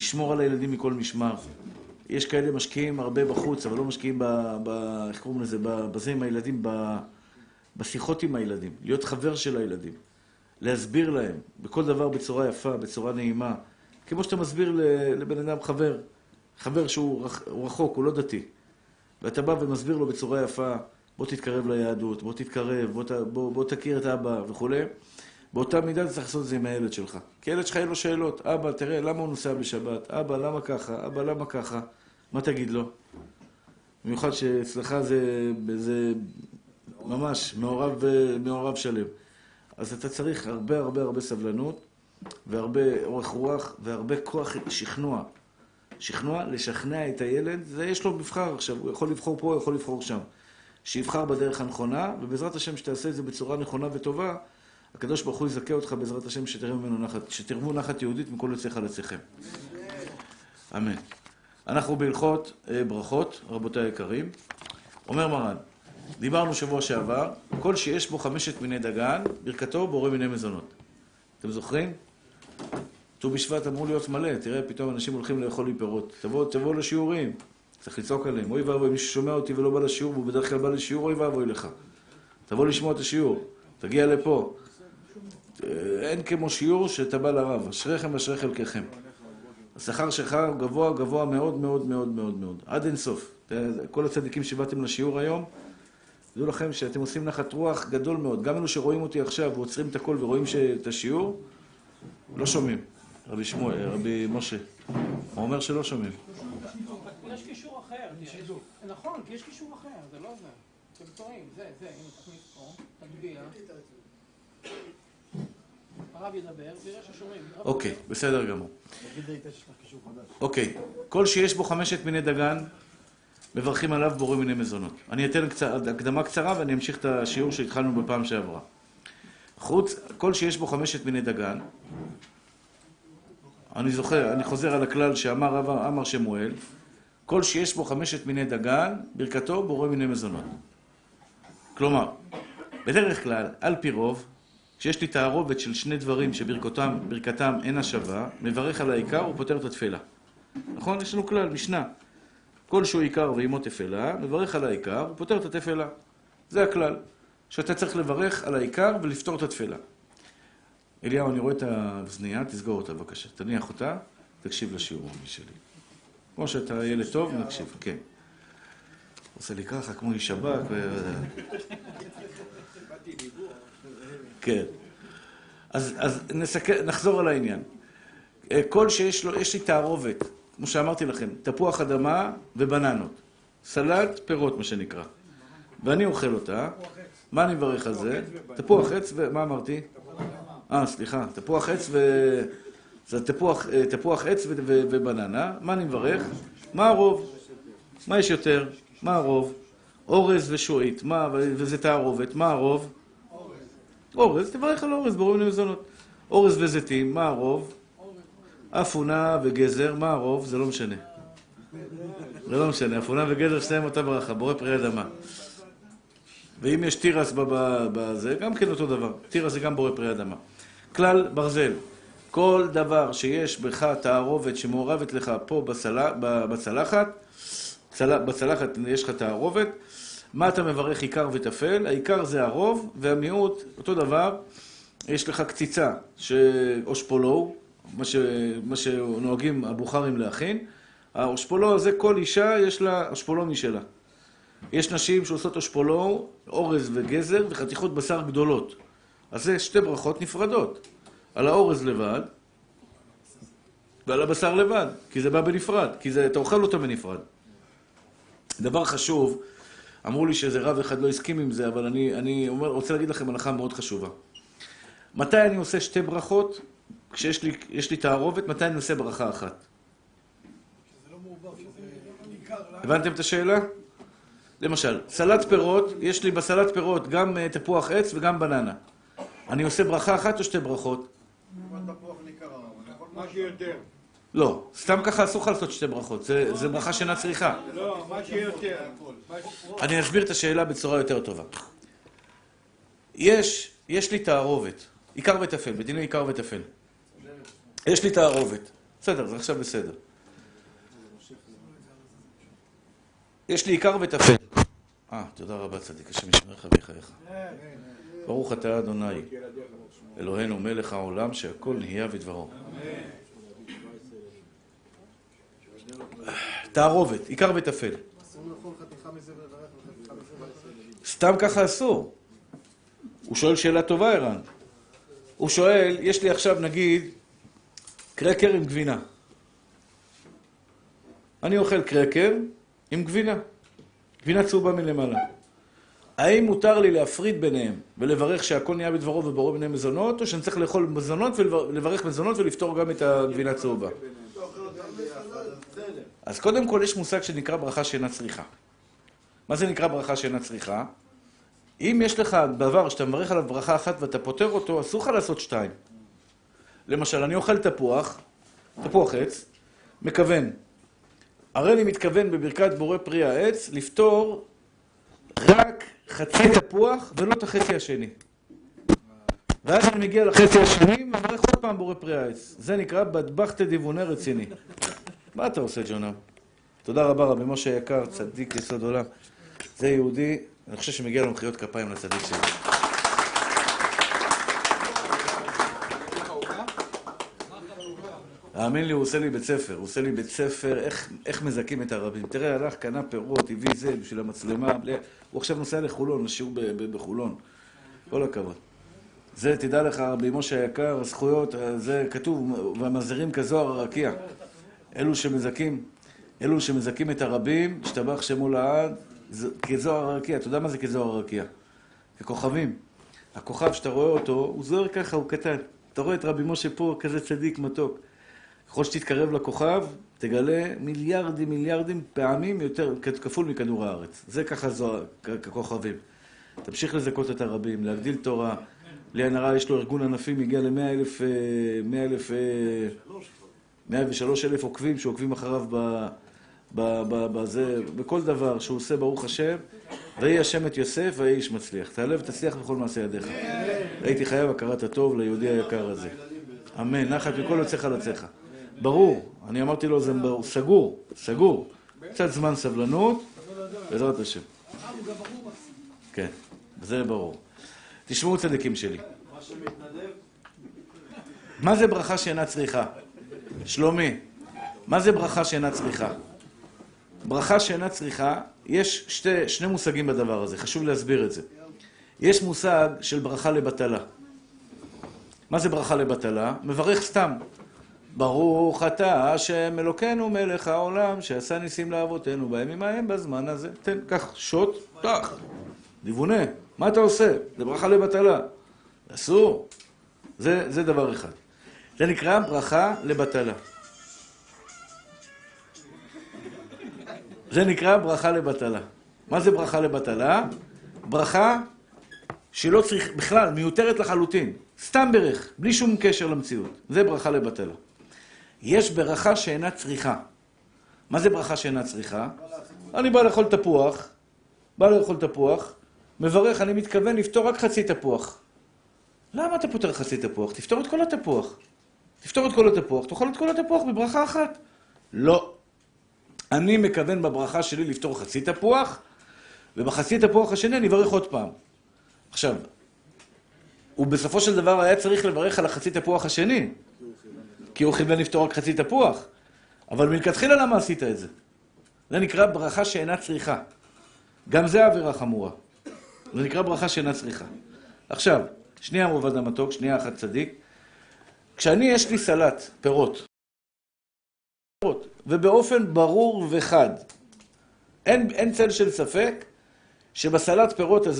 לשמור על הילדים מכל משמר. יש כאלה משקיעים הרבה בחוץ, אבל לא משקיעים איך קוראים לזה, בזה עם הילדים, בשיחות עם הילדים, להיות חבר של הילדים, להסביר להם בכל דבר בצורה יפה, בצורה נעימה, כמו שאתה מסביר לבן אדם חבר שהוא רחוק, הוא לא דתי, ואתה בא ומסביר לו בצורה יפה, בוא תתקרב ליהדות, בוא תתקרב, בוא תכיר את אבא וכו'. באותה מידה אתה צריך לעשות את זה עם הילד שלך. כי הילד שלך יהיה לו שאלות. אבא, תראה, למה הוא נוסע בשבת? אבא, למה ככה? אבא, למה ככה? מה תגיד לו? במיוחד שאצלך זה ממש מעורב שלם. אז אתה צריך הרבה סבלנות, והרבה אורך רוח, והרבה כוח שכנוע. שכנוע, לשכנע את הילד, זה יש לו מבחר עכשיו, הוא יכול לבחור פה, הוא יכול לבחור שם. שיבחר בדרך הנכונה, ובעזרת השם שתעשה את זה בצורה נכונה וטובה, הקדוש ברוך הוא יזכה אותך בעזרת השם שתרמו נחת יהודית מכל יוצאיך לצאכם. אמן. אנחנו בהלכות ברכות, רבותיי היקרים. אומר מרן, דיברנו שבוע שעבר, כל שיש בו 5 מיני דגן, ברכתו בורא מיני מזונות. אתם זוכרים? ט"ו בשבט אמור להיות מלא, תראה, פתאום אנשים הולכים לאכול לי פירות. תבואו לשיעורים, צריך לצעוק עליהם. אוי ואבוי, מי ששומע אותי ולא בא לשיעור, והוא בדרך כלל בא לשיעור, אוי ואבוי לך. תבוא לשמוע את השיעור, תגיע לפה. אין כמו שיעור שאתה בא לרב, אשריכם אשרי חלקכם. השכר שלך גבוה מאוד, עד אין סוף. כל הצדיקים שבאתם לשיעור היום, תדעו לכם שאתם עושים נחת רוח גדול מאוד. גם אלו שרואים אותי עכשיו ועוצרים את הכל ורואים את השיעור, לא שומעים. רבי משה, הוא אומר שלא שומעים. יש קישור אחר. נכון, כי יש קישור אחר, זה לא זה. אתם טועים, זה, הנה תכניס פה, תגביה. הרב ידבר, תראה ששומעים. אוקיי, בסדר גמור. אוקיי, כל שיש בו 5 מיני דגן, מברכים עליו בורא מיני מזונות. אני אתן הקדמה קצרה ואני אמשיך את השיעור שהתחלנו בפעם שעברה. כל שיש בו 5 מיני דגן, אני חוזר על הכלל שאמר שמואל, כל שיש בו 5 מיני דגן, ברכתו בורא מיני מזונות. כלומר, בדרך כלל, על פי רוב, כשיש לי תערובת של 2 דברים שברכתם אינה שווה, מברך על העיקר ופותר את התפלה. נכון? יש לנו כלל, משנה. כל שהוא עיקר ואימו תפלה, מברך על העיקר ופותר את התפלה. זה הכלל. שאתה צריך לברך על העיקר ולפתור את התפלה. אליהו, אני רואה את האוזנייה, תסגור אותה בבקשה. תניח אותה, תקשיב לשיעור שלי. כמו שאתה ילד טוב, נקשיב, כן. עושה לי ככה, כמו איש שב"כ. כן. אז נחזור על העניין. כל שיש לו, יש לי תערובת, כמו שאמרתי לכם, תפוח אדמה ובננות. סלט פירות, מה שנקרא. ואני אוכל אותה. מה אני מברך על זה? תפוח עץ מה אמרתי? סליחה, תפוח עץ זה תפוח עץ ובננה. מה אני מברך? מה הרוב? מה יש יותר? מה הרוב? אורז ושועית. וזה תערובת. מה הרוב? אורז, תברך על אורז, בורא מיני מזונות. אורז וזיתים, מה הרוב? אפונה וגזר, מה הרוב? זה לא משנה. זה לא משנה, אפונה וגזר שניהם אותה ברכה, בורא פרי אדמה. ואם יש תירס בזה, גם כן אותו דבר. תירס זה גם בורא פרי אדמה. כלל ברזל, כל דבר שיש בך תערובת שמעורבת לך פה בצלחת יש לך תערובת, מה אתה מברך עיקר וטפל? העיקר זה הרוב, והמיעוט, אותו דבר, יש לך קציצה, אושפולו, מה שנוהגים הבוכרים להכין. האושפולו הזה, כל אישה יש לה אושפולו משלה. יש נשים שעושות אושפולו, אורז וגזר וחתיכות בשר גדולות. אז זה 2 ברכות נפרדות. על האורז לבד, ועל הבשר לבד, כי זה בא בנפרד, כי אתה אוכל אותו בנפרד. דבר חשוב, אמרו לי שזה רב אחד לא הסכים עם זה, אבל אני רוצה להגיד לכם הלכה מאוד חשובה. מתי אני עושה 2 ברכות? כשיש לי תערובת, מתי אני עושה ברכה אחת? שזה לא מעובר, שזה ניכר. הבנתם את השאלה? למשל, סלט פירות, יש לי בסלט פירות גם תפוח עץ וגם בננה. אני עושה ברכה אחת או 2 ברכות? תפוח ניכר, מה שיותר. לא, סתם ככה אסור לך לעשות 2 ברכות, זה ברכה שאינה צריכה. לא, מה שיותר. אני אסביר את השאלה בצורה יותר טובה. יש לי תערובת, עיקר וטפל, בדיני עיקר וטפל. יש לי תערובת, בסדר, זה עכשיו בסדר. יש לי עיקר וטפל. תודה רבה צדיק, השם ישמרך ויחייך. ברוך אתה אדוני, אלוהינו מלך העולם שהכל נהיה בדברו. תערובת, עיקר וטפל. סתם ככה אסור. הוא שואל שאלה טובה, ערן. הוא שואל, יש לי עכשיו נגיד קרקר עם גבינה. אני אוכל קרקר עם גבינה. גבינה צהובה מלמעלה. האם מותר לי להפריד ביניהם ולברך שהכל נהיה בדברו וברור ביניהם מזונות, או שאני צריך לאכול מזונות ולברך מזונות ולפתור גם את הגבינה צהובה? אז קודם כל יש מושג שנקרא ברכה שאינה צריכה. מה זה נקרא ברכה שאינה צריכה? אם יש לך דבר שאתה מברך עליו ברכה אחת ואתה פותר אותו, אסור לך לעשות שתיים. למשל, אני אוכל תפוח עץ, מכוון. הרי אני מתכוון בברכת בורא פרי העץ לפתור רק חצי תפוח ולא את החצי השני. ואז אני מגיע לחצי השני ומברך עוד פעם בורא פרי העץ. זה נקרא בדבחת דיוונה רציני. מה אתה עושה, ג'ונם? תודה רבה רבי משה יקר, צדיק יסוד עולם. זה יהודי, אני חושב שמגיע לו מחיאות כפיים לצדיק שלי. האמין לי, הוא עושה לי בית ספר, איך מזכים את הרבים. תראה, הלך, קנה פירות, הביא זה בשביל המצלמה, הוא עכשיו נוסע לחולון, לשיעור בחולון. כל הכבוד. זה, תדע לך, רבי משה יקר, הזכויות, זה כתוב, והמזהירים כזוהר הרקיע. אלו שמזכים את הרבים, השתבח שמו לעד, כזוהר הרקיע. אתה יודע מה זה כזוהר הרקיע? ככוכבים. הכוכב שאתה רואה אותו, הוא זוהר ככה, הוא קטן. אתה רואה את רבי משה פה, כזה צדיק מתוק. ככל שתתקרב לכוכב, תגלה מיליארדים פעמים יותר, כפול מכדור הארץ. זה ככה זוהר, ככוכבים. תמשיך לזכות את הרבים, להגדיל תורה. בלי עין הרע, יש לו ארגון ענפים, הגיע ל-103,000 עוקבים, שעוקבים אחריו בכל דבר שהוא עושה, ברוך השם. ויהי השם את יוסף, ויהי איש מצליח. תעלה ותצליח בכל מעשה ידיך. הייתי חייב הכרת הטוב ליהודי היקר הזה. אמן, נחת מכל יוצאך לצאך. ברור, אני אמרתי לו, זה סגור. קצת זמן סבלנות, בעזרת השם. כן, זה ברור. תשמעו צדיקים שלי. מה זה ברכה שאינה צריכה? שלומי, מה זה ברכה שאינה צריכה? ברכה שאינה צריכה, יש שני מושגים בדבר הזה, חשוב להסביר את זה. יש מושג של ברכה לבטלה. מה זה ברכה לבטלה? מברך סתם. ברוך אתה השם אלוקינו מלך העולם שעשה ניסים לאבותינו בימים ההם בזמן הזה. תן, קח שוט, קח. דיוונה, מה אתה עושה? זה ברכה לבטלה. אסור. זה דבר אחד. זה נקרא ברכה לבטלה. זה נקרא ברכה לבטלה. מה זה ברכה לבטלה? ברכה שלא צריך, בכלל, מיותרת לחלוטין. סתם ברך, בלי שום קשר למציאות. זה ברכה לבטלה. יש ברכה שאינה צריכה. מה זה ברכה שאינה צריכה? אני בא לאכול תפוח, מברך, אני מתכוון לפתור רק חצי תפוח. למה אתה פותר חצי תפוח? תפתור את כל התפוח. תאכל את כל התפוח בברכה אחת. לא. אני מכוון בברכה שלי לפתור חצי תפוח, ובחצי תפוח השני אני אברך עוד פעם. עכשיו, ובסופו של דבר היה צריך לברך על החצי תפוח השני, כי הוא כיוון לפתור רק חצי תפוח. אבל מלכתחילה למה עשית את זה? זה נקרא ברכה שאינה צריכה. גם זה עבירה חמורה. זה נקרא ברכה שאינה צריכה. עכשיו, שנייה עובד המתוק, שנייה אחת צדיק. כשאני יש לי סלט, פירות, ובאופן ברור וחד, אין צל של ספק שבסלט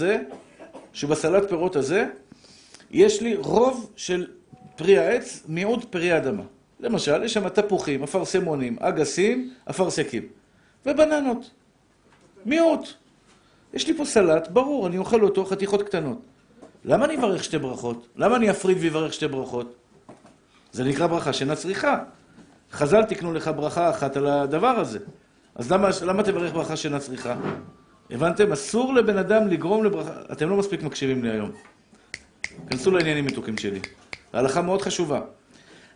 פירות הזה, יש לי רוב של פרי העץ, מיעוט פרי האדמה. למשל, יש שם תפוחים, אפרסמונים, אגסים, אפרסקים, ובננות. מיעוט. יש לי פה סלט, ברור, אני אוכל אותו חתיכות קטנות. למה אני אברך שתי ברכות? למה אני אפריד ויברך שתי ברכות? זה נקרא ברכה שאינה צריכה. חז"ל תקנו לך ברכה אחת על הדבר הזה. אז למה תברך ברכה שאינה צריכה? הבנתם? אסור לבן אדם לגרום לברכה. אתם לא מספיק מקשיבים לי היום. כנסו לעניינים מתוקים שלי. ההלכה מאוד חשובה.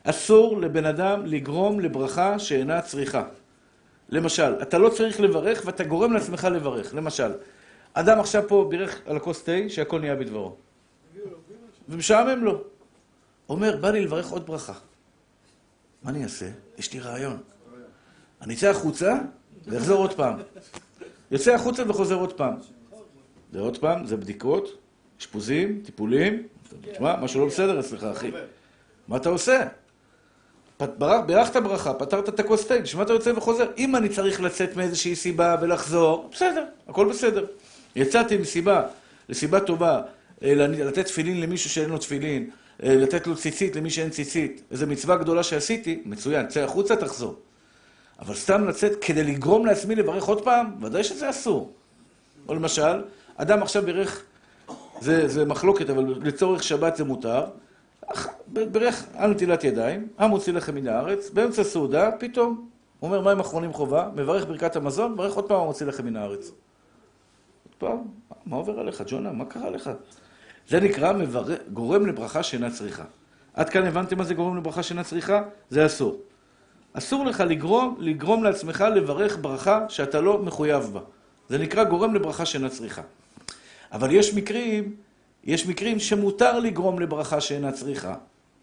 אסור לבן אדם לגרום לברכה שאינה צריכה. למשל, אתה לא צריך לברך ואתה גורם לעצמך לברך. למשל, אדם עכשיו פה בירך על הכוס תה שהכל נהיה בדברו. ומשעמם לו. אומר, בא לי לברך עוד ברכה. מה אני אעשה? יש לי רעיון. אני אצא החוצה ואחזור עוד פעם. יוצא החוצה וחוזר עוד פעם. זה עוד פעם, זה בדיקות, אשפוזים, טיפולים. תשמע, משהו לא בסדר אצלך, אחי. מה אתה עושה? בירכת ברכה, פתרת את הכוס תה, שמה אתה יוצא וחוזר? אם אני צריך לצאת מאיזושהי סיבה ולחזור, בסדר, הכל בסדר. יצאתי לסיבה טובה, לתת תפילין למישהו שאין לו תפילין, לתת לו ציצית למי שאין ציצית. איזו מצווה גדולה שעשיתי, מצוין, צא החוצה, תחזור. אבל סתם לצאת כדי לגרום לעצמי לברך עוד פעם, ודאי שזה אסור. או למשל, אדם עכשיו בירך, זה מחלוקת, אבל לצורך שבת זה מותר, בירך על נטילת ידיים, המוציא לחם מן הארץ, באמצע סעודה, פתאום, הוא אומר, מים אחרונים חובה, מברך ברכת המזון, מברך עוד פעם המוציא לחם מן הארץ. עוד פעם, מה עובר עליך, ג'ונה? מה קרה לך? זה נקרא גורם לברכה שאינה צריכה. עד כאן הבנתם מה זה גורם לברכה שאינה צריכה? זה אסור. אסור לך לגרום לעצמך לברך ברכה שאתה לא מחויב בה. זה נקרא גורם לברכה שאינה צריכה. אבל יש מקרים שמותר לגרום לברכה שאינה צריכה.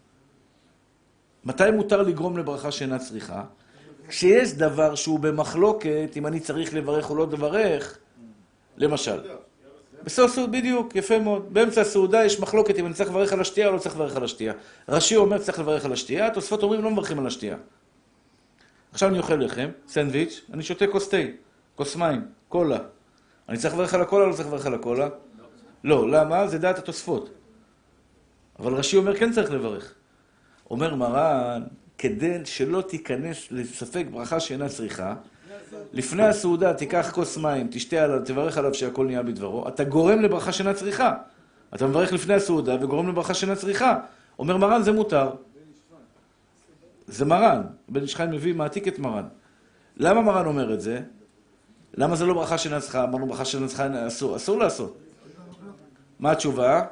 מתי מותר לגרום לברכה שאינה צריכה? כשיש דבר שהוא במחלוקת, אם אני צריך לברך או לא לברך, למשל. בסוף סעודה, בדיוק, יפה מאוד. באמצע הסעודה יש מחלוקת אם אני צריך לברך על השתייה או לא צריך לברך על השתייה. רש"י אומר צריך לברך על השתייה, תוספות אומרים לא מברכים על השתייה. עכשיו אני אוכל לחם, סנדוויץ', אני שותה כוס תה, כוס מים, קולה. אני צריך לברך על הקולה או לא צריך לברך על הקולה? לא, למה? זה דעת התוספות. אבל רש"י אומר כן צריך לברך. אומר מרן, כדי שלא תיכנס לספק ברכה שאינה צריכה, לפני הסעודה תיקח כוס מים, תשתה עליו, תברך עליו שהכל נהיה בדברו, אתה גורם לברכה שאינה צריכה. אתה מברך לפני הסעודה וגורם לברכה שאינה צריכה. אומר מרן זה מותר. זה מרן. בן איש חיים מביא מעתיק את מרן. למה מרן אומר את זה? למה זה לא ברכה שאינה צריכה? אמרנו ברכה שאינה צריכה אסור לעשות. מה התשובה?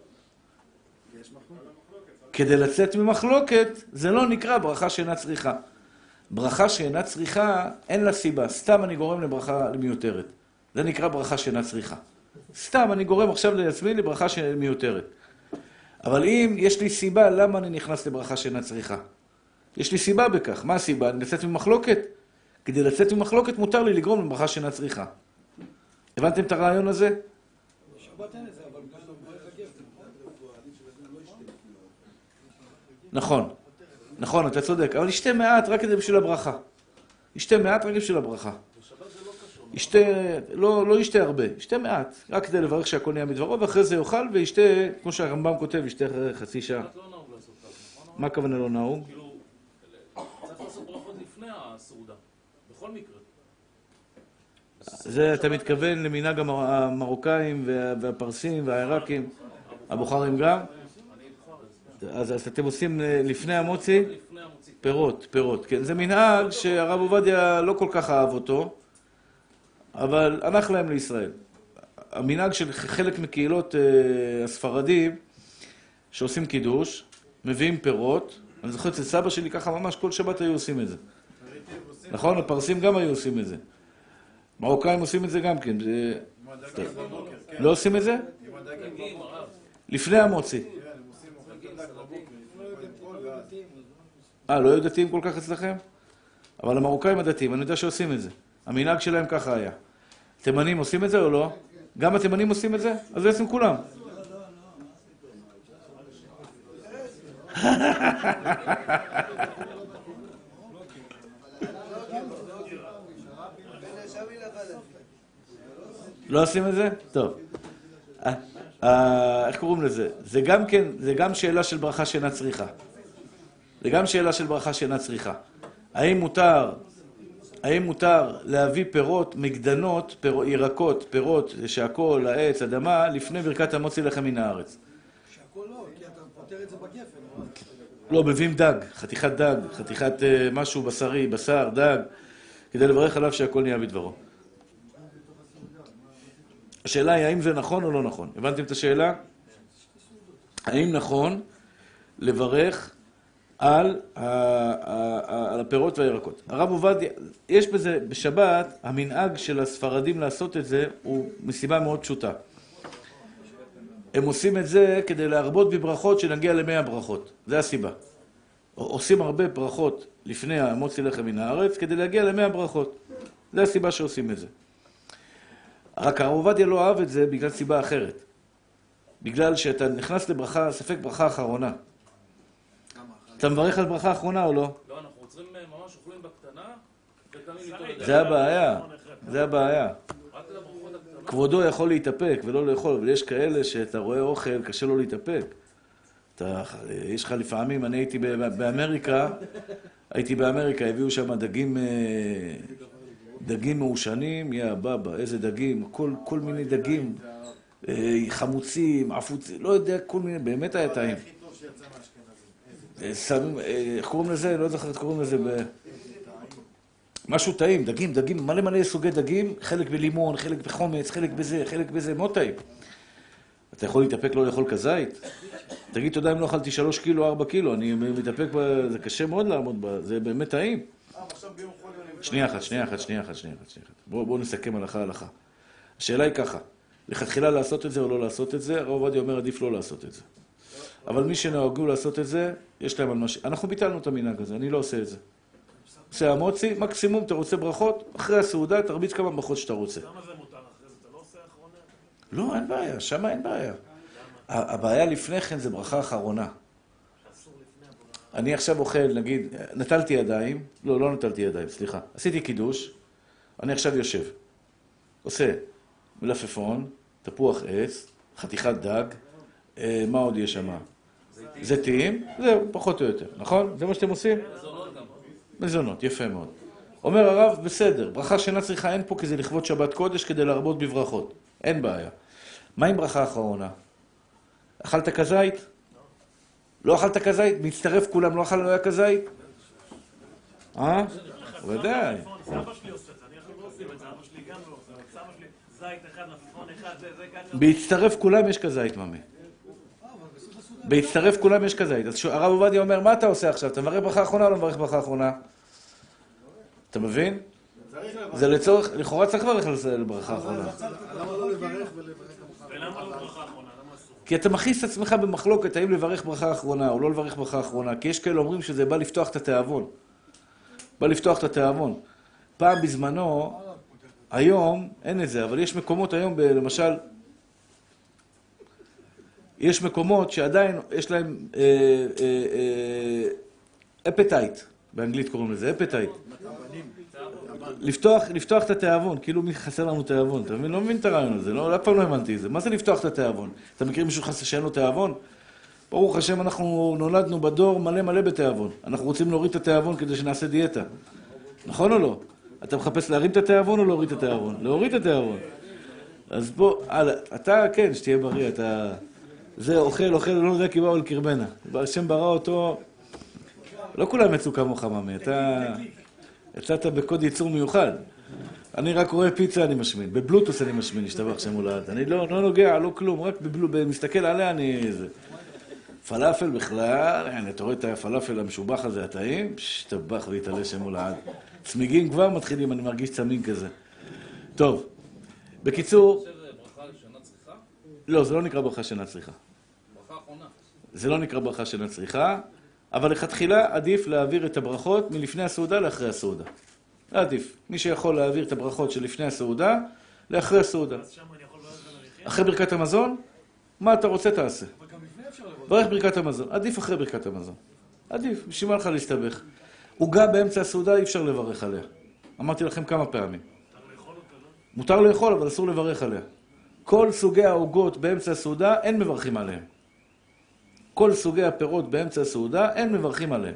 כדי לצאת ממחלוקת, זה לא נקרא ברכה שאינה צריכה. ברכה שאינה צריכה, אין לה סיבה. סתם אני גורם לברכה מיותרת. זה נקרא ברכה שאינה צריכה. סתם אני גורם עכשיו לעצמי לברכה מיותרת. אבל אם יש לי סיבה, למה אני נכנס לברכה שאינה צריכה? יש לי סיבה בכך. מה הסיבה? אני לצאת ממחלוקת. כדי לצאת ממחלוקת מותר לי לגרום לברכה שאינה צריכה. הבנתם את הרעיון הזה? שבת אין את זה, אבל גם מברך הגפן. נכון, אתה צודק. אבל ישתה מעט רק כדי בשביל הברכה. ישתה מעט רק בשביל הברכה. ישתה, לא ישתה הרבה. ישתה מעט, רק כדי לברך שהכל נהיה מדברו, ואחרי זה יאכל וישתה, כמו שהרמב"ם כותב, ישתה אחרי חצי שעה. מה הכוונה לא נהוג? צריך לעשות ברכות לפני הסעודה, בכל מקרה. זה אתה מתכוון למנהג המרוקאים והפרסים והעיראקים, הבוכרים גם? אז אתם עושים לפני המוצי? פירות, כן. זה מנהג שהרב עובדיה לא כל כך אהב אותו, אבל הנח להם לישראל. המנהג של חלק מקהילות הספרדים שעושים קידוש, מביאים פירות, אני זוכר אצל סבא שלי ככה ממש כל שבת היו עושים את זה. נכון? הפרסים גם היו עושים את זה. מרוקאים עושים את זה גם כן. לא עושים את זה? לפני המוצי. לא היו דתיים כל כך אצלכם? אבל המרוקאים הדתיים, אני יודע שעושים את זה. המנהג שלהם ככה היה. תימנים עושים את זה או לא? גם התימנים עושים את זה? אז בעצם כולם. לא עושים את זה? טוב. איך קוראים לזה? זה גם שאלה של ברכה שאינה צריכה. זה גם שאלה של ברכה שאינה צריכה. האם מותר להביא פירות, מגדנות, ירקות, פירות, שהכל, העץ, אדמה, לפני ברכת המוציא לחם מן הארץ? שהכל לא, כי אתה פותר את זה בגפן. לא, מביאים דג, חתיכת דג, חתיכת משהו בשרי, בשר, דג, כדי לברך עליו שהכל נהיה בדברו. השאלה היא האם זה נכון או לא נכון. הבנתם את השאלה? האם נכון לברך על הפירות והירקות. הרב עובדיה, יש בזה, בשבת, המנהג של הספרדים לעשות את זה הוא מסיבה מאוד פשוטה. הם עושים את זה כדי להרבות בברכות שנגיע ל100 ברכות. זה הסיבה. עושים הרבה ברכות לפני המוציא לחם מן הארץ כדי להגיע ל100 ברכות. זה הסיבה שעושים את זה. רק הרב עובדיה לא אהב את זה בגלל סיבה אחרת. בגלל שאתה נכנס לברכה, ספק ברכה אחרונה. אתה מברך על ברכה אחרונה או לא? לא, אנחנו עוצרים ממש אוכלים בקטנה, וקמים איתו. זה הבעיה, זה הבעיה. רק לברכות הקטנה. כבודו יכול להתאפק ולא לאכול, אבל יש כאלה שאתה רואה אוכל, קשה לו להתאפק. יש לך לפעמים, אני הייתי באמריקה, הביאו שם דגים מעושנים, יא בבא, איזה דגים, כל מיני דגים, חמוצים, עפוצים, לא יודע, כל מיני, באמת היה טעים. איך קוראים לזה? לא זוכר איך קוראים לזה. משהו טעים, דגים, מלא סוגי דגים, חלק בלימון, חלק בחומץ, חלק בזה, מאוד טעים. אתה יכול להתאפק לא לאכול כזית? תגיד, תודה אם לא אכלתי 3 קילו, 4 קילו, אני מתאפק, זה קשה מאוד לעמוד בה, זה באמת טעים. שנייה אחת. בואו נסכם הלכה. השאלה היא ככה, לכתחילה לעשות את זה או לא לעשות את זה, הרב עובדיה אומר עדיף לא לעשות את זה. אבל מי שנהגו לעשות את זה, יש להם על מה אנחנו ביטלנו את המנהג הזה, אני לא עושה את זה. עושה המוציא, מקסימום, אתה רוצה ברכות, אחרי הסעודה, תרביץ כמה ברכות שאתה רוצה. למה זה מותר אחרי זה? אתה לא עושה אחרונה? לא, אין בעיה, שמה אין בעיה. הבעיה לפני כן זה ברכה אחרונה. אני עכשיו אוכל, נגיד, נטלתי ידיים, לא נטלתי ידיים, סליחה. עשיתי קידוש, אני עכשיו יושב. עושה מלפפון, תפוח עץ, חתיכת דג, מה עוד יש שם? זיתים, זהו, פחות או יותר, נכון? זה מה שאתם עושים? מזונות, יפה מאוד. אומר הרב, בסדר, ברכה שאינה צריכה אין פה כי זה לכבוד שבת קודש כדי להרבות בברכות. אין בעיה. מה עם ברכה אחרונה? אכלת כזית? לא אכלת כזית? מצטרף כולם, לא היה כזית? ודאי. סבא שלי עושה את זה, אני עכשיו לא עושים את זה, אבא שלי גם לא עושה, סבא שלי זית אחד, מלפפון אחד, זה ככה. בהצטרף כולם יש כזית, ממי. בהצטרף כולם יש כזית. אז הרב עובדיה אומר, מה אתה עושה עכשיו? אתה מברך ברכה אחרונה או לא מברך ברכה אחרונה? אתה מבין? זה לצורך, לכאורה צריך לברך על ברכה אחרונה. למה לא לברך ולמה לא ברכה אחרונה? כי אתה מכניס את עצמך במחלוקת האם לברך ברכה אחרונה או לא לברך ברכה אחרונה, כי יש כאלה אומרים שזה בא לפתוח את התיאבון. בא לפתוח את התיאבון. פעם בזמנו, היום, אין את זה, אבל יש מקומות היום, למשל, יש מקומות שעדיין יש להם אפטייט, באנגלית קוראים לזה, אפטייט. לפתוח את התיאבון, כאילו מי חסר לנו תיאבון, אתה מבין? לא מבין את הרעיון הזה, לא, אף פעם לא הבנתי את זה. מה זה לפתוח את התיאבון? אתה מכיר מישהו חסר שאין לו תיאבון? ברוך השם, אנחנו נולדנו בדור מלא בתיאבון. אנחנו רוצים להוריד את התיאבון כדי שנעשה דיאטה. נכון או לא? אתה מחפש להרים את התיאבון או להוריד את התיאבון? להוריד את התיאבון. אז בוא, אתה, כן, שתהיה בריא, אתה... זה אוכל, לא יודע כי באו לקרבנה. השם ברא אותו, לא כולם יצאו כמוך ממי, אתה... יצאת בקוד ייצור מיוחד. אני רק רואה פיצה, אני משמין. בבלוטוס אני משמין, השתבח שם הולד. אני לא נוגע, לא כלום, רק מסתכל עליה אני... פלאפל בכלל, אתה רואה את הפלאפל המשובח הזה, הטעים? השתבח והתעלה שם הולד. צמיגים כבר מתחילים, אני מרגיש צמיג כזה. טוב, בקיצור... ברכה שאינה צריכה? לא, זה לא נקרא ברכה שאינה צריכה. ברכה אחרונה. זה לא נקרא ברכה שאינה צריכה. אבל לכתחילה עדיף להעביר את הברכות מלפני הסעודה לאחרי הסעודה. עדיף. מי שיכול להעביר את הברכות שלפני הסעודה לאחרי הסעודה. אחרי ברכת המזון, מה אתה רוצה תעשה. ברך ברכת המזון. עדיף אחרי ברכת המזון. עדיף. בשביל מה לך להסתבך. עוגה באמצע הסעודה אי אפשר לברך עליה. אמרתי לכם כמה פעמים. מותר לאכול, אבל אסור לברך עליה. כל סוגי העוגות באמצע הסעודה אין מברכים עליהם. כל סוגי הפירות באמצע הסעודה, אין מברכים עליהם.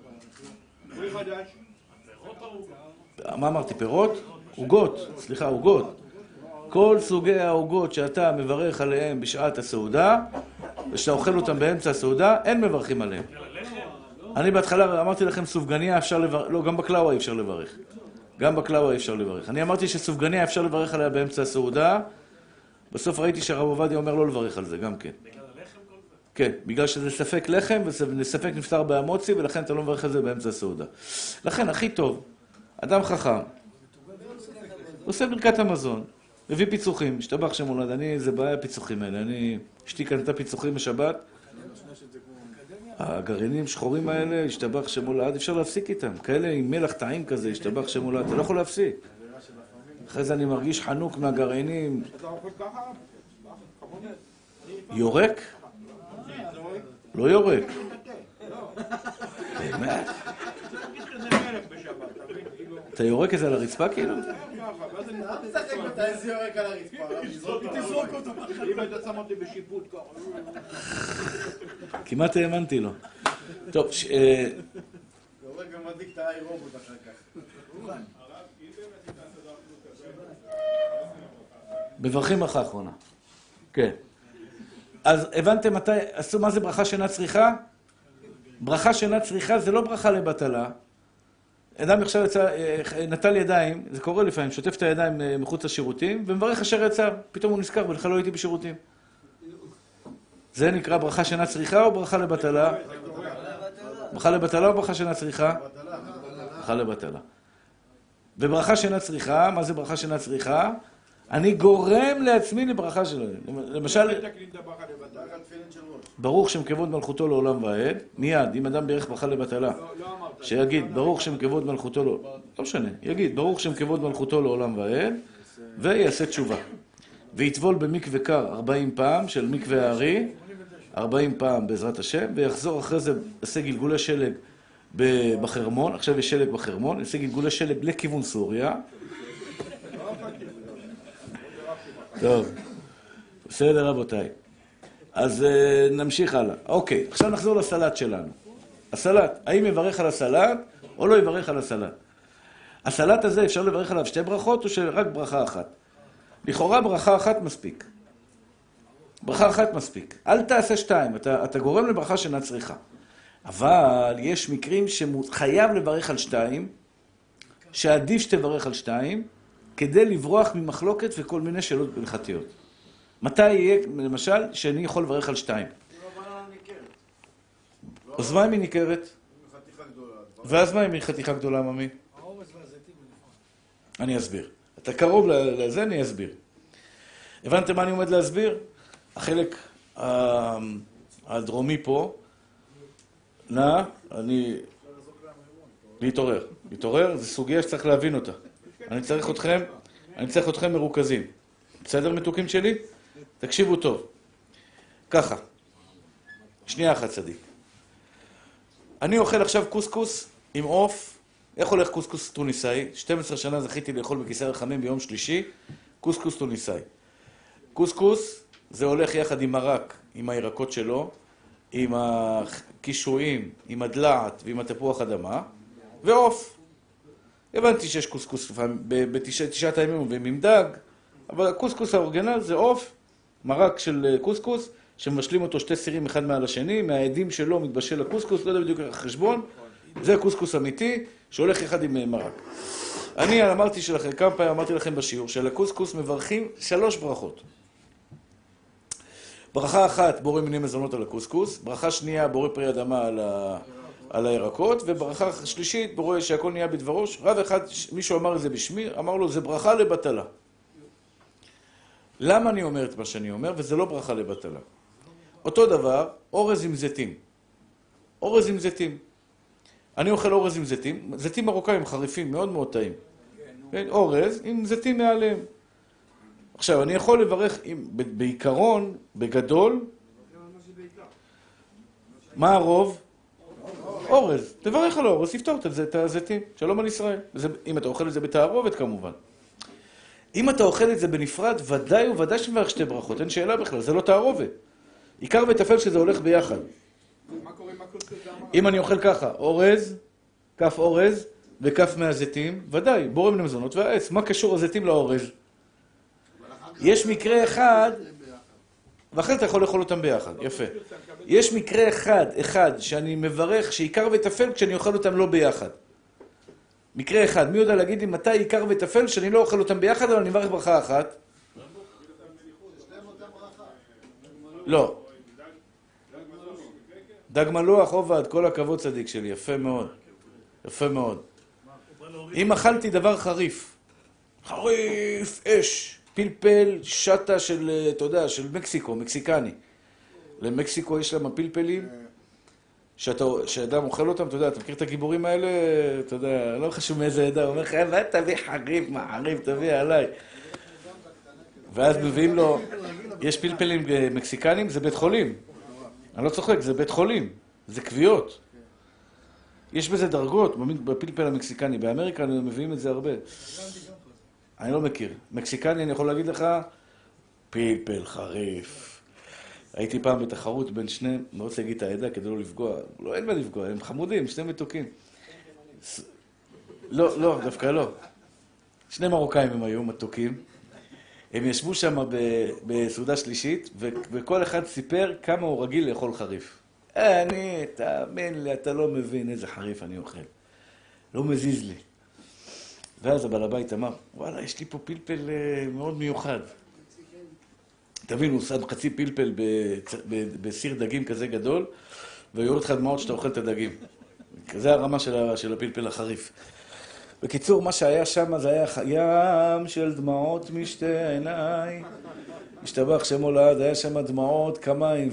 מה אמרתי? פירות? עוגות, סליחה, עוגות. כל סוגי העוגות שאתה מברך עליהם בשעת הסעודה, ושאתה אוכל אותם באמצע הסעודה, אין מברכים עליהם. אני בהתחלה אמרתי לכם סופגניה אפשר לברך, לא, גם בקלאווה אפשר לברך. גם בקלאווה אפשר לברך. אני אמרתי שסופגניה אפשר לברך עליה באמצע הסעודה, בסוף ראיתי שהרב עובדיה אומר לא לברך על זה, גם כן. כן, בגלל שזה ספק לחם וספק נפטר בהמוצי, ולכן אתה לא מברך על זה באמצע הסעודה. לכן, הכי טוב, אדם חכם, עושה ברכת המזון, מביא פיצוחים, משתבח שמולד, זה בעיה הפיצוחים האלה, אשתי קנתה פיצוחים בשבת, הגרעינים שחורים האלה, השתבח שמולד, אפשר להפסיק איתם, כאלה עם מלח טעים כזה, השתבח שמולד, אתה לא יכול להפסיק. אחרי זה אני מרגיש חנוק מהגרעינים. יורק? לא יורק. באמת? אתה יורק את זה על הרצפה כאילו? איזה יורק על הרצפה? תזרוק אותו. אם היית שם אותי בשיפוט ככה. כמעט האמנתי לו. טוב, יורק ומדליק את האיירובוט אחר כך. מברכים ברכה אחרונה. כן. אז הבנתם מתי, עשו מה זה ברכה שאינה צריכה? ברכה שאינה צריכה זה לא ברכה לבטלה. אדם עכשיו נטל ידיים, זה קורה לפעמים, שוטף את הידיים מחוץ לשירותים, ומברך אשר יצא, פתאום הוא נזכר, ולכן לא הייתי בשירותים. זה נקרא ברכה שאינה צריכה או ברכה לבטלה? ברכה לבטלה או ברכה שאינה צריכה? ברכה לבטלה. וברכה שאינה צריכה, מה זה ברכה שאינה צריכה? אני גורם לעצמי לברכה שלו. למשל, ברוך שם כבוד מלכותו לעולם ועד, מיד, אם אדם בירך ברכה לבטלה, שיגיד, ברוך שם כבוד מלכותו לא משנה, יגיד, ברוך שם כבוד מלכותו לעולם ועד, ויעשה תשובה. ויטבול במקווה קר 40 פעם, של מקווה הארי, 40 פעם בעזרת השם, ויחזור אחרי זה, יעשה גלגולי שלג בחרמון, עכשיו יש שלג בחרמון, יעשה גלגולי שלג לכיוון סוריה. טוב, בסדר רבותיי. אז נמשיך הלאה. אוקיי, עכשיו נחזור לסלט שלנו. הסלט, האם יברך על הסלט או לא יברך על הסלט? הסלט הזה אפשר לברך עליו שתי ברכות או שרק ברכה אחת? לכאורה ברכה אחת מספיק. ברכה אחת מספיק. אל תעשה שתיים, אתה גורם לברכה שאינה צריכה. אבל יש מקרים שחייב לברך על שתיים, שעדיף שתברך על שתיים, כדי לברוח ממחלוקת וכל מיני שאלות הלכתיות. מתי יהיה, למשל, שאני יכול לברך על שתיים? אז מה אם היא ניכרת? ואז מה אם היא חתיכה גדולה, ממי? אני אסביר. אתה קרוב לזה, אני אסביר. הבנתם מה אני עומד להסביר? החלק הדרומי פה, להתעורר. להתעורר זה סוגיה שצריך להבין אותה. אני צריך אתכם מרוכזים. בסדר מתוקים שלי? תקשיבו טוב. ככה. שנייה אחת צדיק. אני אוכל עכשיו קוסקוס עם עוף. איך הולך קוסקוס טוניסאי? 12 שנה זכיתי לאכול בכיסא רחמים ביום שלישי. קוסקוס טוניסאי. קוסקוס זה הולך יחד עם מרק, עם הירקות שלו, עם הקישואים, עם הדלעת ועם התפוח אדמה, ועוף. הבנתי שיש קוסקוס בתשעת הימים ועם דג, אבל הקוסקוס האורגינל זה עוף, מרק של קוסקוס, שמשלים אותו שתי סירים אחד מעל השני, מהעדים שלו מתבשל הקוסקוס, לא יודע בדיוק החשבון, זה קוסקוס אמיתי, שהולך יחד עם מרק. אני אמרתי שלכם, כמה פעמים אמרתי לכם בשיעור, שלקוסקוס מברכים 3 ברכות. ברכה אחת, בורא מיני מזונות על הקוסקוס, ברכה שנייה, בורא פרי אדמה על הירקות, וברכה שלישית, בורא שהכל נהיה בדברו. רב אחד, מישהו אמר את זה בשמי, אמר לו, זה ברכה לבטלה. למה אני אומר את מה שאני אומר, וזה לא ברכה לבטלה? אותו דבר, אורז עם זיתים. אורז עם זיתים. אני אוכל אורז עם זיתים, זיתים מרוקאים חריפים, מאוד מאוד טעים. אורז עם זיתים מעליהם. עכשיו, אני יכול לברך בעיקרון, בגדול, מה הרוב? אורז. תברך על אורז, תפתור את הזיתים. שלום על ישראל. אם אתה אוכל את זה בתערובת כמובן. אם אתה אוכל את זה בנפרד, ודאי שמברך 2 ברכות, אין שאלה בכלל, זה לא תערובת. עיקר וטפל שזה הולך ביחד. אם אני אוכל ככה, אורז, כף אורז וכף מהזיתים, ודאי, בורא מן המזונות והעץ. מה קשור הזיתים לאורז? יש מקרה אחד, ואחרי אתה יכול לאכול אותם ביחד, יפה. יש מקרה אחד שאני מברך שעיקר וטפל כשאני אוכל אותם לא ביחד. מקרה אחד, מי יודע להגיד לי מתי עיקר וטפל שאני לא אוכל אותם ביחד, אבל אני מברך ברכה אחת? לא. דג מלוח עובד, כל הכבוד צדיק שלי, יפה מאוד. יפה מאוד. אם אכלתי דבר חריף, חריף, אש, פלפל, שטה של, אתה יודע, של מקסיקו, מקסיקני. למקסיקו יש להם פלפלים, שאדם אוכל אותם, אתה יודע, אתה מכיר את הגיבורים האלה, אתה יודע, לא חשוב מאיזה עדה, הוא אומר לך, מה תביא חריף, מה חריף, תביא עליי. ואז מביאים לו, יש פלפלים מקסיקנים, זה בית חולים. אני לא צוחק, זה בית חולים, זה קביעות. יש בזה דרגות, בפלפל המקסיקני, באמריקה מביאים את זה הרבה. אני לא מכיר. מקסיקני, אני יכול להגיד לך, פלפל חריף. הייתי פעם בתחרות בין שני, אני רוצה להגיד את העדה כדי לא לפגוע. לא, אין מה לפגוע, הם חמודים, שני מתוקים. לא, דווקא לא. שני מרוקאים הם היו מתוקים. הם ישבו שם בסעודה שלישית, וכל אחד סיפר כמה הוא רגיל לאכול חריף. תאמין לי, אתה לא מבין איזה חריף אני אוכל. לא מזיז לי. ואז הבעל הבית אמר, וואלה, יש לי פה פלפל מאוד מיוחד. תבין, הוא שם חצי פלפל בסיר דגים כזה גדול, ויורד לך דמעות שאתה אוכל את הדגים. זה הרמה של הפלפל החריף. בקיצור, מה שהיה שם זה היה ים של דמעות משתי עיניי. השתבח שם הולד, היה שם דמעות כמיים.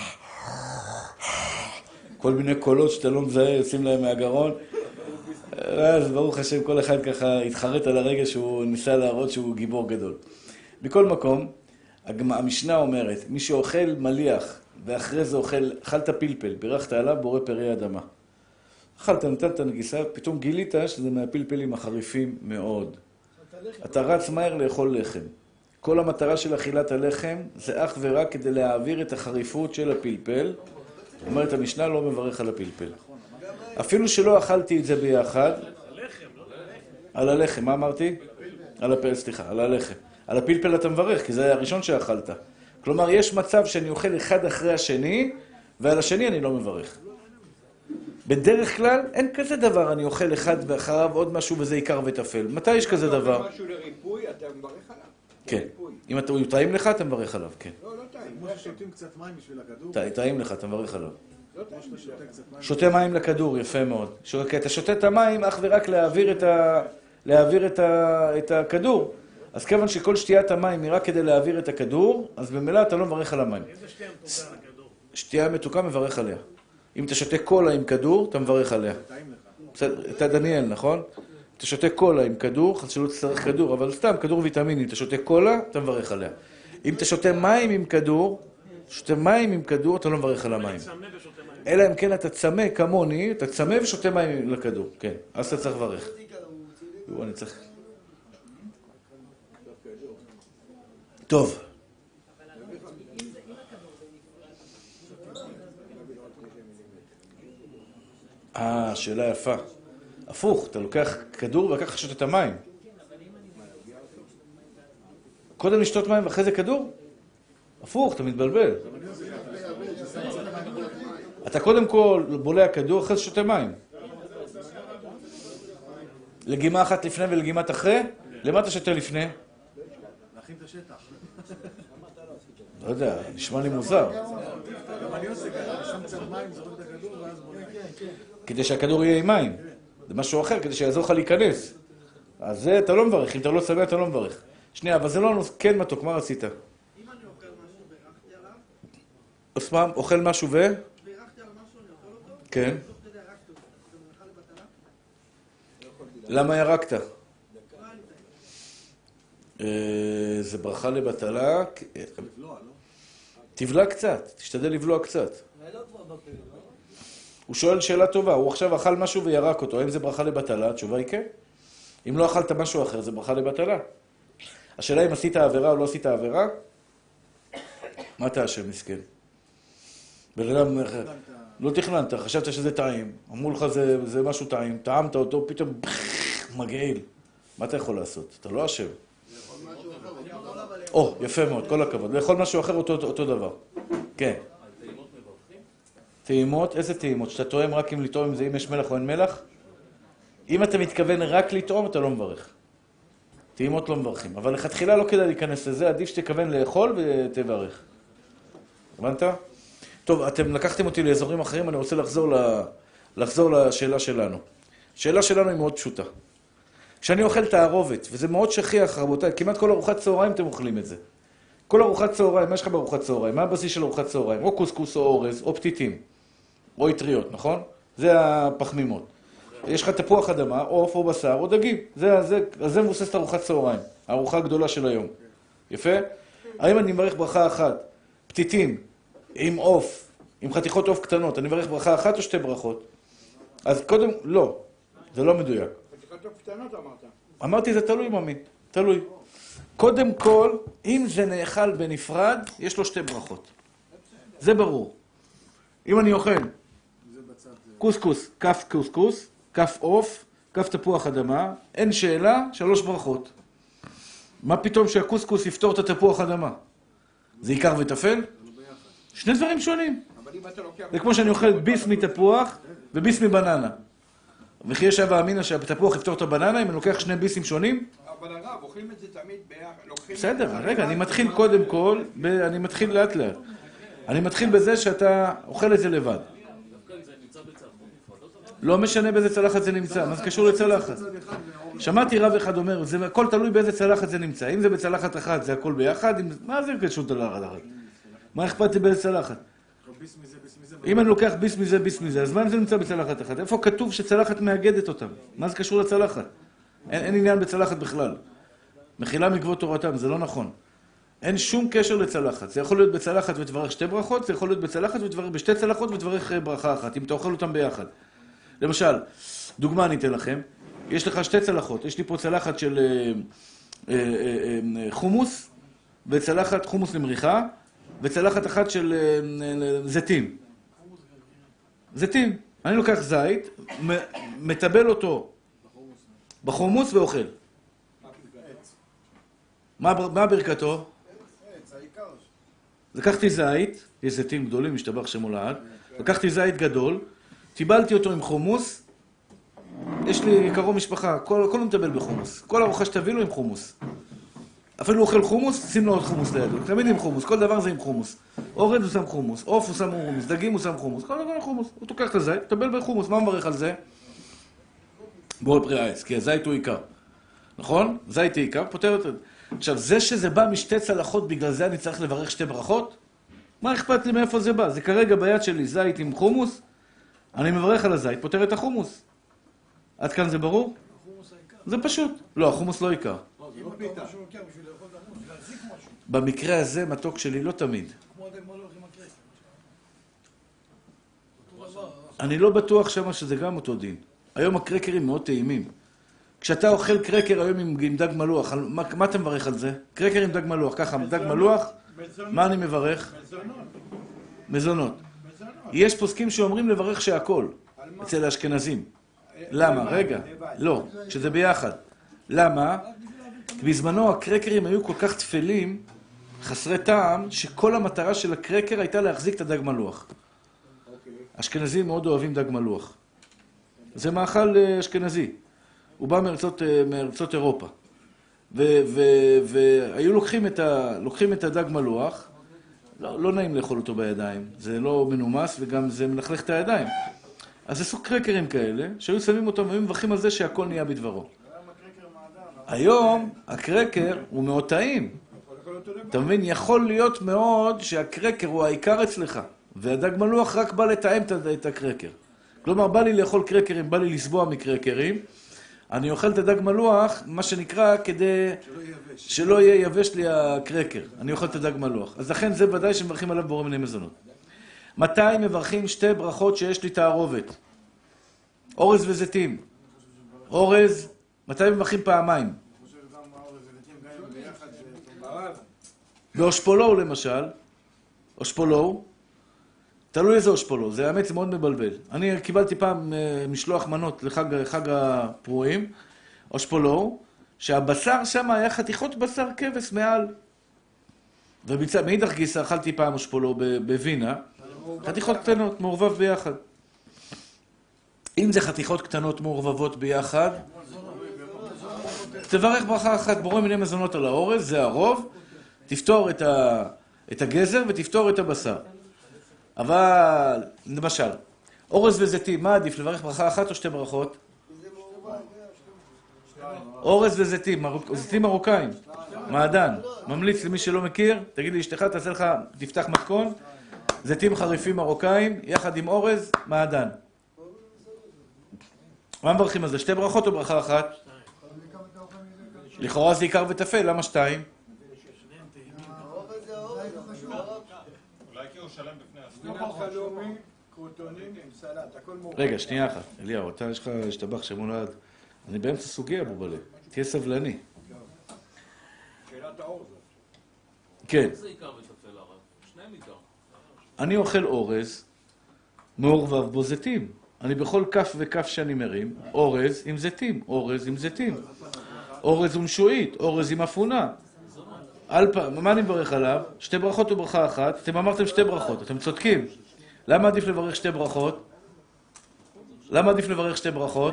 כל מיני קולות שאתה לא מזהה, יוצאים להם מהגרון. אז ברוך השם, כל אחד ככה התחרט על הרגע שהוא ניסה להראות שהוא גיבור גדול. בכל מקום, המשנה אומרת, מי שאוכל מליח ואחרי זה אכלת פלפל, בירכת עליו בורא פרי אדמה. אכלת, נתת נגיסה, פתאום גילית שזה מהפלפלים החריפים מאוד. אתה רץ מהר לאכול לחם. כל המטרה של אכילת הלחם זה אך ורק כדי להעביר את החריפות של הפלפל. אומרת המשנה, לא מברך על הפלפל. אפילו שלא אכלתי את זה ביחד. על הלחם, מה אמרתי? סליחה, על הלחם. על הפלפל אתה מברך, כי זה היה הראשון שאכלת. כלומר, יש מצב שאני אוכל אחד אחרי השני, ועל השני אני לא מברך. בדרך כלל אין כזה דבר, אני אוכל אחד ואחריו עוד משהו וזה עיקר וטפל. מתי יש כזה דבר? משהו לריפוי, אתה מברך עליו? כן. אם הוא טעים לך, אתה מברך עליו, כן. לא טעים. כמו ששותים קצת מים בשביל הכדור. טעים לך, אתה מברך עליו. לא טעים. שותה מים לכדור, יפה מאוד. כי אתה שותה את המים אך ורק להעביר את הכדור. אז כיוון שכל שתיית המים היא רק כדי להעביר את הכדור, אז במילא אתה לא מברך על המים. איזה שתייה מתוקה לכדור? שתייה מתוקה מברך עליה. אם אתה שותה קולה עם כדור, אתה מברך עליה. אתה דניאל, נכון? אתה שותה קולה עם כדור, אז שלא תצטרך כדור, אבל סתם כדור ויטמינים, אתה שותה קולה, אתה מברך עליה. אם אתה שותה מים עם כדור, אתה לא מברך על המים. אלא אם כן אתה צמא כמוני, אתה צמא ושותה מים לכדור, כן. אז אתה צריך לברך. אני צריך... טוב. שאלה יפה. הפוך, אתה לוקח כדור וכך שותה את המים. קודם לשתות מים ואחרי זה כדור? הפוך, אתה מתבלבל. אתה קודם כל בולע כדור, אחרי זה שותה מים. לגימה אחת לפני ולגימת אחרי? למה אתה שותה לפני? להכין את השטח. לא יודע, נשמע לי מוזר. גם אני עושה ככה, שם קצת מים, זורק את הכדור ואז בולע. כדי שהכדור יהיה עם מים. זה משהו אחר, כדי שיעזור לך להיכנס. אז זה אתה לא מברך, אם אתה לא צמא אתה לא מברך. שנייה, אבל זה לא כן מתוק, מה רצית? אם אני אוכל משהו, בירכתי עליו. אז פעם, אוכל משהו בירכתי על משהו, אני אוכל אותו. כן. תוך כדי ירקתי אותו. זה ברכה לבטלה? למה ירקת? לא היה לי זה ברכה לבטלה. לבלוע, לא? תבלע קצת, תשתדל לבלוע קצת. הוא שואל שאלה טובה, הוא עכשיו אכל משהו וירק אותו, האם זה ברכה לבטלה? התשובה היא כן. אם לא אכלת משהו אחר, זה ברכה לבטלה. השאלה אם עשית עבירה או לא עשית עבירה, מה אתה אשם, מסכן? בן אדם, לא תכננת, חשבת שזה טעים, אמרו לך זה משהו טעים, טעמת אותו, פתאום מגעיל. מה אתה יכול לעשות? אתה לא אשם. או, יפה מאוד, כל הכבוד. לאכול משהו אחר אותו דבר. כן. טעימות? איזה טעימות? שאתה טועם רק אם לטעום אם יש מלח או אין מלח? אם אתה מתכוון רק לטעום, אתה לא מברך. טעימות לא מברכים. אבל לכתחילה לא כדאי להיכנס לזה, עדיף שתכוון לאכול ותברך. הבנת? טוב, אתם לקחתם אותי לאזורים אחרים, אני רוצה לחזור לשאלה שלנו. השאלה שלנו היא מאוד פשוטה. כשאני אוכל תערובת, וזה מאוד שכיח, רבותיי, כמעט כל ארוחת צהריים אתם אוכלים את זה. כל ארוחת צהריים, מה יש לך בארוחת צהריים? מה הבסיס של ארוחת צהריים? או קוסקוס או אורז, או פתיתים, או אטריות, נכון? זה הפחמימות. יש לך תפוח אדמה, או עוף או בשר, או דגים. זה מבוסס את ארוחת צהריים, הארוחה הגדולה של היום. יפה? האם אני מברך ברכה אחת? פתיתים, עם עוף, עם חתיכות עוף קטנות, אני מברך ברכה אחת או שתי ברכות? אז קודם, לא, זה לא מדויק. חתיכות עוף קטנות אמרת. אמרתי, זה תלוי, ממי, תלוי. קודם כל, אם זה נאכל בנפרד, יש לו שתי ברכות. זה ברור. אם אני אוכל קוסקוס, כף קוסקוס, כף עוף, כף תפוח אדמה, אין שאלה, 3 ברכות. מה פתאום שהקוסקוס יפתור את התפוח אדמה? זה עיקר וטפל? שני דברים שונים. זה כמו שאני אוכל ביס מתפוח וביס מבננה. וכי יש הווה אמינא שהתפוח יפתור את הבננה אם אני לוקח 2 ביסים שונים? אבל הרב, אוכלים את זה תמיד ביחד. בסדר, רגע, אני מתחיל קודם כל, אני מתחיל לאט לאט. אני מתחיל בזה שאתה אוכל את זה לבד. לא משנה באיזה צלחת זה נמצא, מה זה קשור לצלחת? שמעתי רב אחד אומר, זה הכל תלוי באיזה צלחת זה נמצא. אם זה בצלחת אחת, זה הכל ביחד, מה זה קשור לצלחת אחת? מה אכפת לי באיזה צלחת? אם אני לוקח ביס מזה, ביס מזה, אז מה אם זה נמצא בצלחת אחת? איפה כתוב שצלחת מאגדת אותם? מה זה קשור לצלחת? אין עניין בצלחת בכלל. מחילה מגבות תורתם, זה לא נכון. אין שום קשר לצלחת. זה יכול להיות בצלחת ותברך 2 ברכות, זה יכול להיות בצלחת ותברך בשתי צלחות ותברך ברכה אחת, אם אתה אוכל אותם ביחד. למשל, דוגמה אני אתן לכם, יש לך 2 צלחות, יש לי פה צלחת של חומוס, וצלחת חומוס למריחה, וצלחת אחת של זיתים. זיתים. אני לוקח זית, מטבל אותו בחומוס ואוכל. מה ברכתו? לקחתי זית, יש זיתים גדולים, משתבח שמו לעד, לקחתי זית גדול, טיבלתי אותו עם חומוס, יש לי קרוב משפחה, כל מטבל בחומוס, כל ארוחה שתביא לו עם חומוס. אפילו אוכל חומוס, שים לו עוד חומוס לידו, תמיד עם חומוס, כל דבר זה עם חומוס. אורז הוא שם חומוס, עוף הוא שם חומוס, דגים הוא שם חומוס, כל דבר עם חומוס. הוא תוקח את הזית, טבל בחומוס, מה מברך על זה? בואו פרי העץ, כי הזית הוא עיקר. נכון? זית היא עיקר, פותר את זה. עכשיו, זה שזה בא משתי צלחות, בגלל זה אני צריך לברך 2 ברכות? מה אכפת לי מאיפה זה בא? זה כרגע ביד שלי זית עם חומוס, אני מברך על הזית, פותר את החומוס. עד כאן זה ברור? זה פשוט. לא, החומוס לא עיקר. במקרה הזה, מתוק שלי, לא תמיד. אני לא בטוח שמה שזה גם אותו דין. היום הקרקרים מאוד טעימים. כשאתה אוכל קרקר היום עם דג מלוח, מה אתה מברך על זה? קרקר עם דג מלוח, ככה, דג מלוח, מה אני מברך? מזונות. יש פוסקים שאומרים לברך שהכל, אצל האשכנזים. למה? רגע, לא, שזה ביחד. למה? בזמנו הקרקרים היו כל כך תפלים, חסרי טעם, שכל המטרה של הקרקר הייתה להחזיק את הדג מלוח. אשכנזים מאוד אוהבים דג מלוח. זה מאכל אשכנזי. הוא בא מארצות אירופה. והיו לוקחים את הדג מלוח, לא נעים לאכול אותו בידיים, זה לא מנומס וגם זה מלכלך את הידיים. אז עשו קרקרים כאלה, שהיו שמים אותם, היו מברכים על זה שהכל נהיה בדברו. היום הקרקר הוא מאוד טעים. אתה מבין, יכול להיות מאוד שהקרקר הוא העיקר אצלך, והדג מלוח רק בא לטעם את הקרקר. כלומר, בא לי לאכול קרקרים, בא לי לסבוע מקרקרים, אני אוכל את הדג מלוח, מה שנקרא, כדי שלא יהיה יבש לי הקרקר. אני אוכל את הדג מלוח. אז לכן זה ודאי שמברכים עליו בורא מיני מזונות. מתי מברכים 2 ברכות שיש לי תערובת? אורז וזיתים. אורז, מתי מברכים פעמיים? באושפולו למשל, אושפולו, תלוי איזה אושפולו, זה האמת, זה מאוד מבלבל. אני קיבלתי פעם משלוח מנות לחג הפרועים, אושפולו, שהבשר שם היה חתיכות בשר כבש מעל. ומאידך גיסא אכלתי פעם אושפולו בווינה, חתיכות קטנות, מעורבב ביחד. אם זה חתיכות קטנות מעורבבות ביחד, תברך ברכה אחת, בורא מיני מזונות על האורז, זה הרוב, תפתור את הגזר ותפתור את הבשר. אבל, למשל, אורז וזיתים, מה עדיף, לברך ברכה אחת או שתי ברכות? אורז וזיתים, זיתים מרוקאים, מעדן, ממליץ למי שלא מכיר, תגיד לי, אשתך תעשה לך, תפתח מתכון, זיתים חריפים מרוקאים, יחד עם אורז, מעדן. מה מברכים על זה? שתי ברכות או ברכה אחת? לכאורה זה עיקר וטפל, למה שתיים? אולי כי הוא שלם בפני עצמו. סטרוק חלומי, קרוטונים עם סלט, הכל מורכב. רגע, שנייה אחת. אליהו, אתה יש לך השתבח שמולד. אני באמצע סוגיה, בובלה. תהיה סבלני. שאלת האור זאת. כן. זה עיקר וטפל הרב. שניהם עיקר. אני אוכל אורז, מעורבב בו זיתים. אני בכל כף וכף שאני מרים, אורז עם זיתים, אורז עם זיתים. אורז ונשואית, אורז עם אפונה. מה אני מברך עליו? שתי ברכות וברכה אחת. אתם אמרתם שתי ברכות, אתם צודקים. למה עדיף לברך שתי ברכות? למה עדיף לברך שתי ברכות?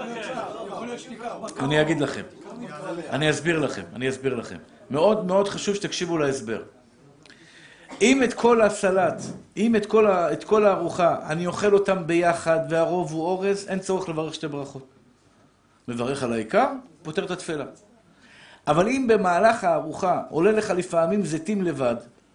אני אגיד לכם. אני אסביר לכם. מאוד מאוד חשוב שתקשיבו להסבר. אם את כל הסלט, אם את כל הארוחה, אני אוכל אותם ביחד והרוב הוא אורז, אין צורך לברך שתי ברכות. מברך על העיקר, פותר את התפלה. אבל אם במהלך הארוחה עולה לך לפעמים זיתים לבד,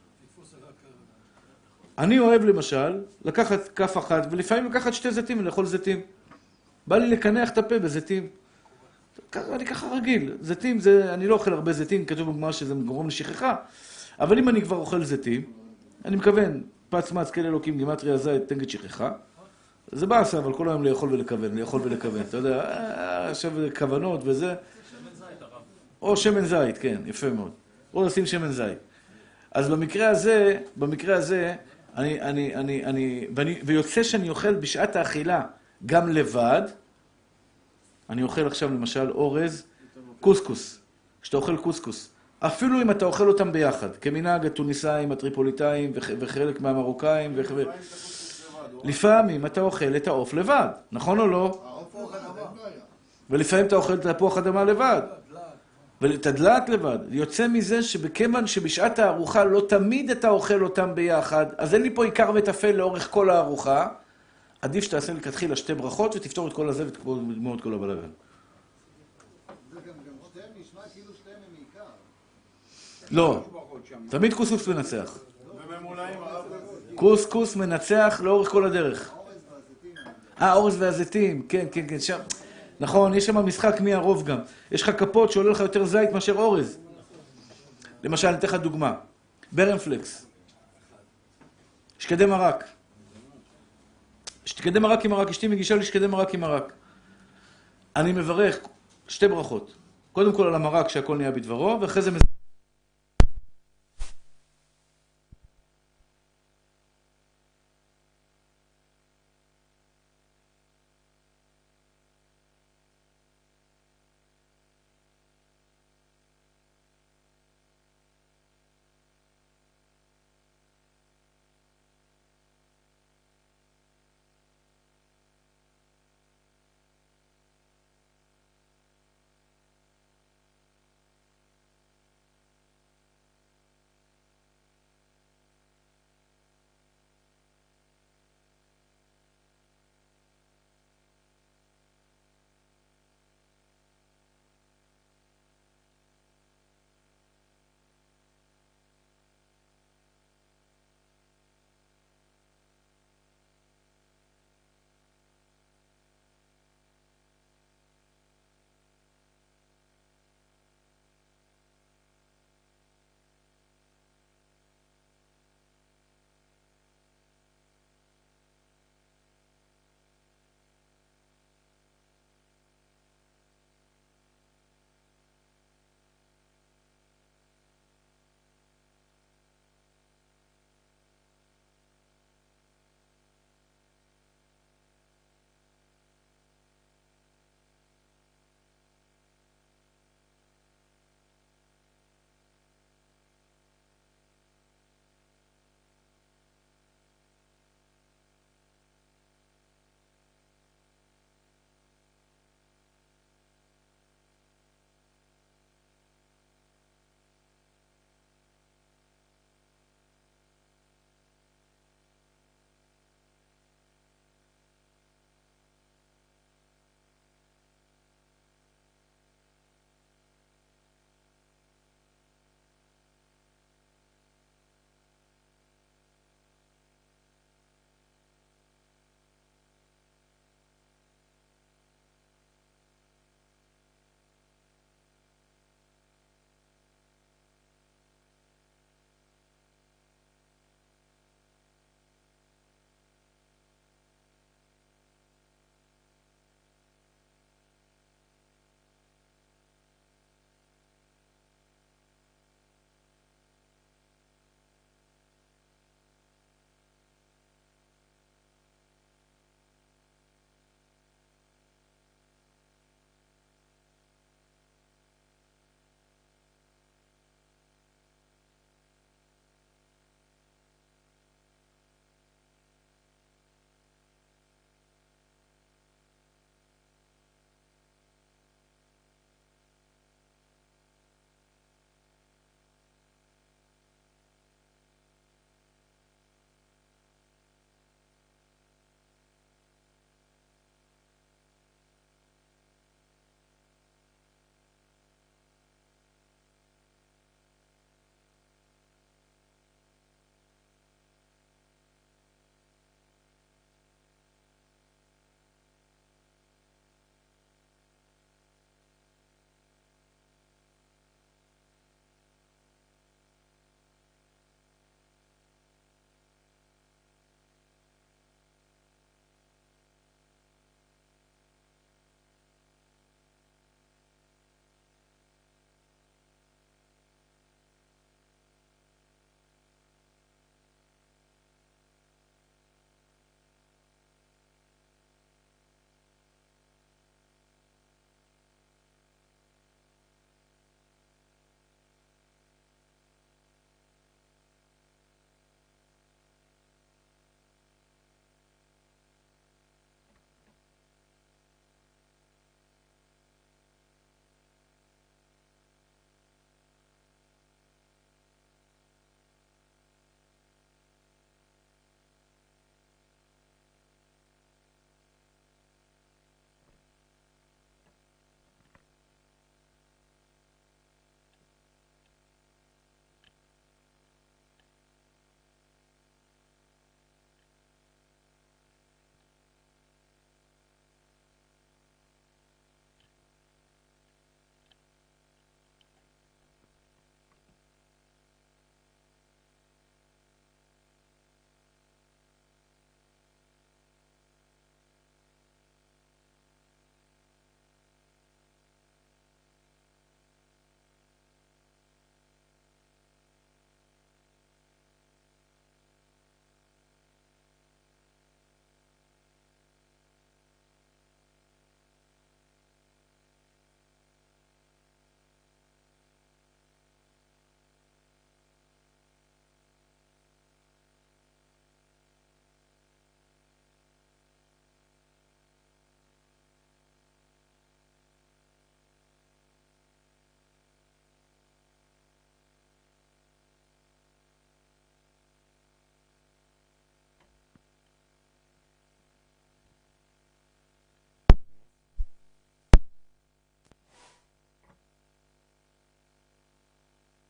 אני אוהב למשל לקחת כף אחת ולפעמים לקחת שתי זיתים ולאכול זיתים. בא לי לקנח את הפה בזיתים. אני ככה רגיל. זיתים זה, אני לא אוכל הרבה זיתים, כתוב בגמרא שזה גורם לשכחה. אבל אם אני כבר אוכל זיתים, אני מכוון, פץ מץ כל אלוקים גימטריה זית תנגד שכחה. זה באסה, אבל כל היום לאכול ולכוון, אתה יודע, עכשיו כוונות וזה. או שמן זית, כן, יפה מאוד. או לשים שמן זית. אז במקרה הזה, ויוצא שאני אוכל בשעת האכילה גם לבד, אני אוכל עכשיו למשל אורז, קוסקוס, כשאתה אוכל קוסקוס, אפילו אם אתה אוכל אותם ביחד, כמנהג הטוניסאים, הטריפוליטאים וחלק מהמרוקאים, לפעמים אתה אוכל את העוף לבד, נכון או לא? ולפעמים אתה אוכל את תפוח אדמה לבד. ואת הדלעת לבד. יוצא מזה שבכיוון שבשעת הארוחה לא תמיד אתה אוכל אותם ביחד, אז אין לי פה עיקר וטפל לאורך כל הארוחה, עדיף שתעשה לכתחילה שתי ברכות ותפתור את כל הזה ותגמור את כל הבלגן. זה גם שתיהם נשמע כאילו שתיהם הם עיקר. לא, תמיד קוסקוס מנצח. וממולאים הרב. קוסקוס מנצח לאורך כל הדרך. אורז והזיתים, כן, שם. נכון, יש שם משחק מי הרוב גם. יש לך כפות שעולה לך יותר זית מאשר אורז. למשל, אני אתן לך דוגמה. ברנפלקס. שקדי מרק. שקדי מרק עם מרק, אשתי מגישה לי שקדי מרק עם מרק. אני מברך שתי ברכות. קודם כל על המרק שהכל נהיה בדברו, ואחרי זה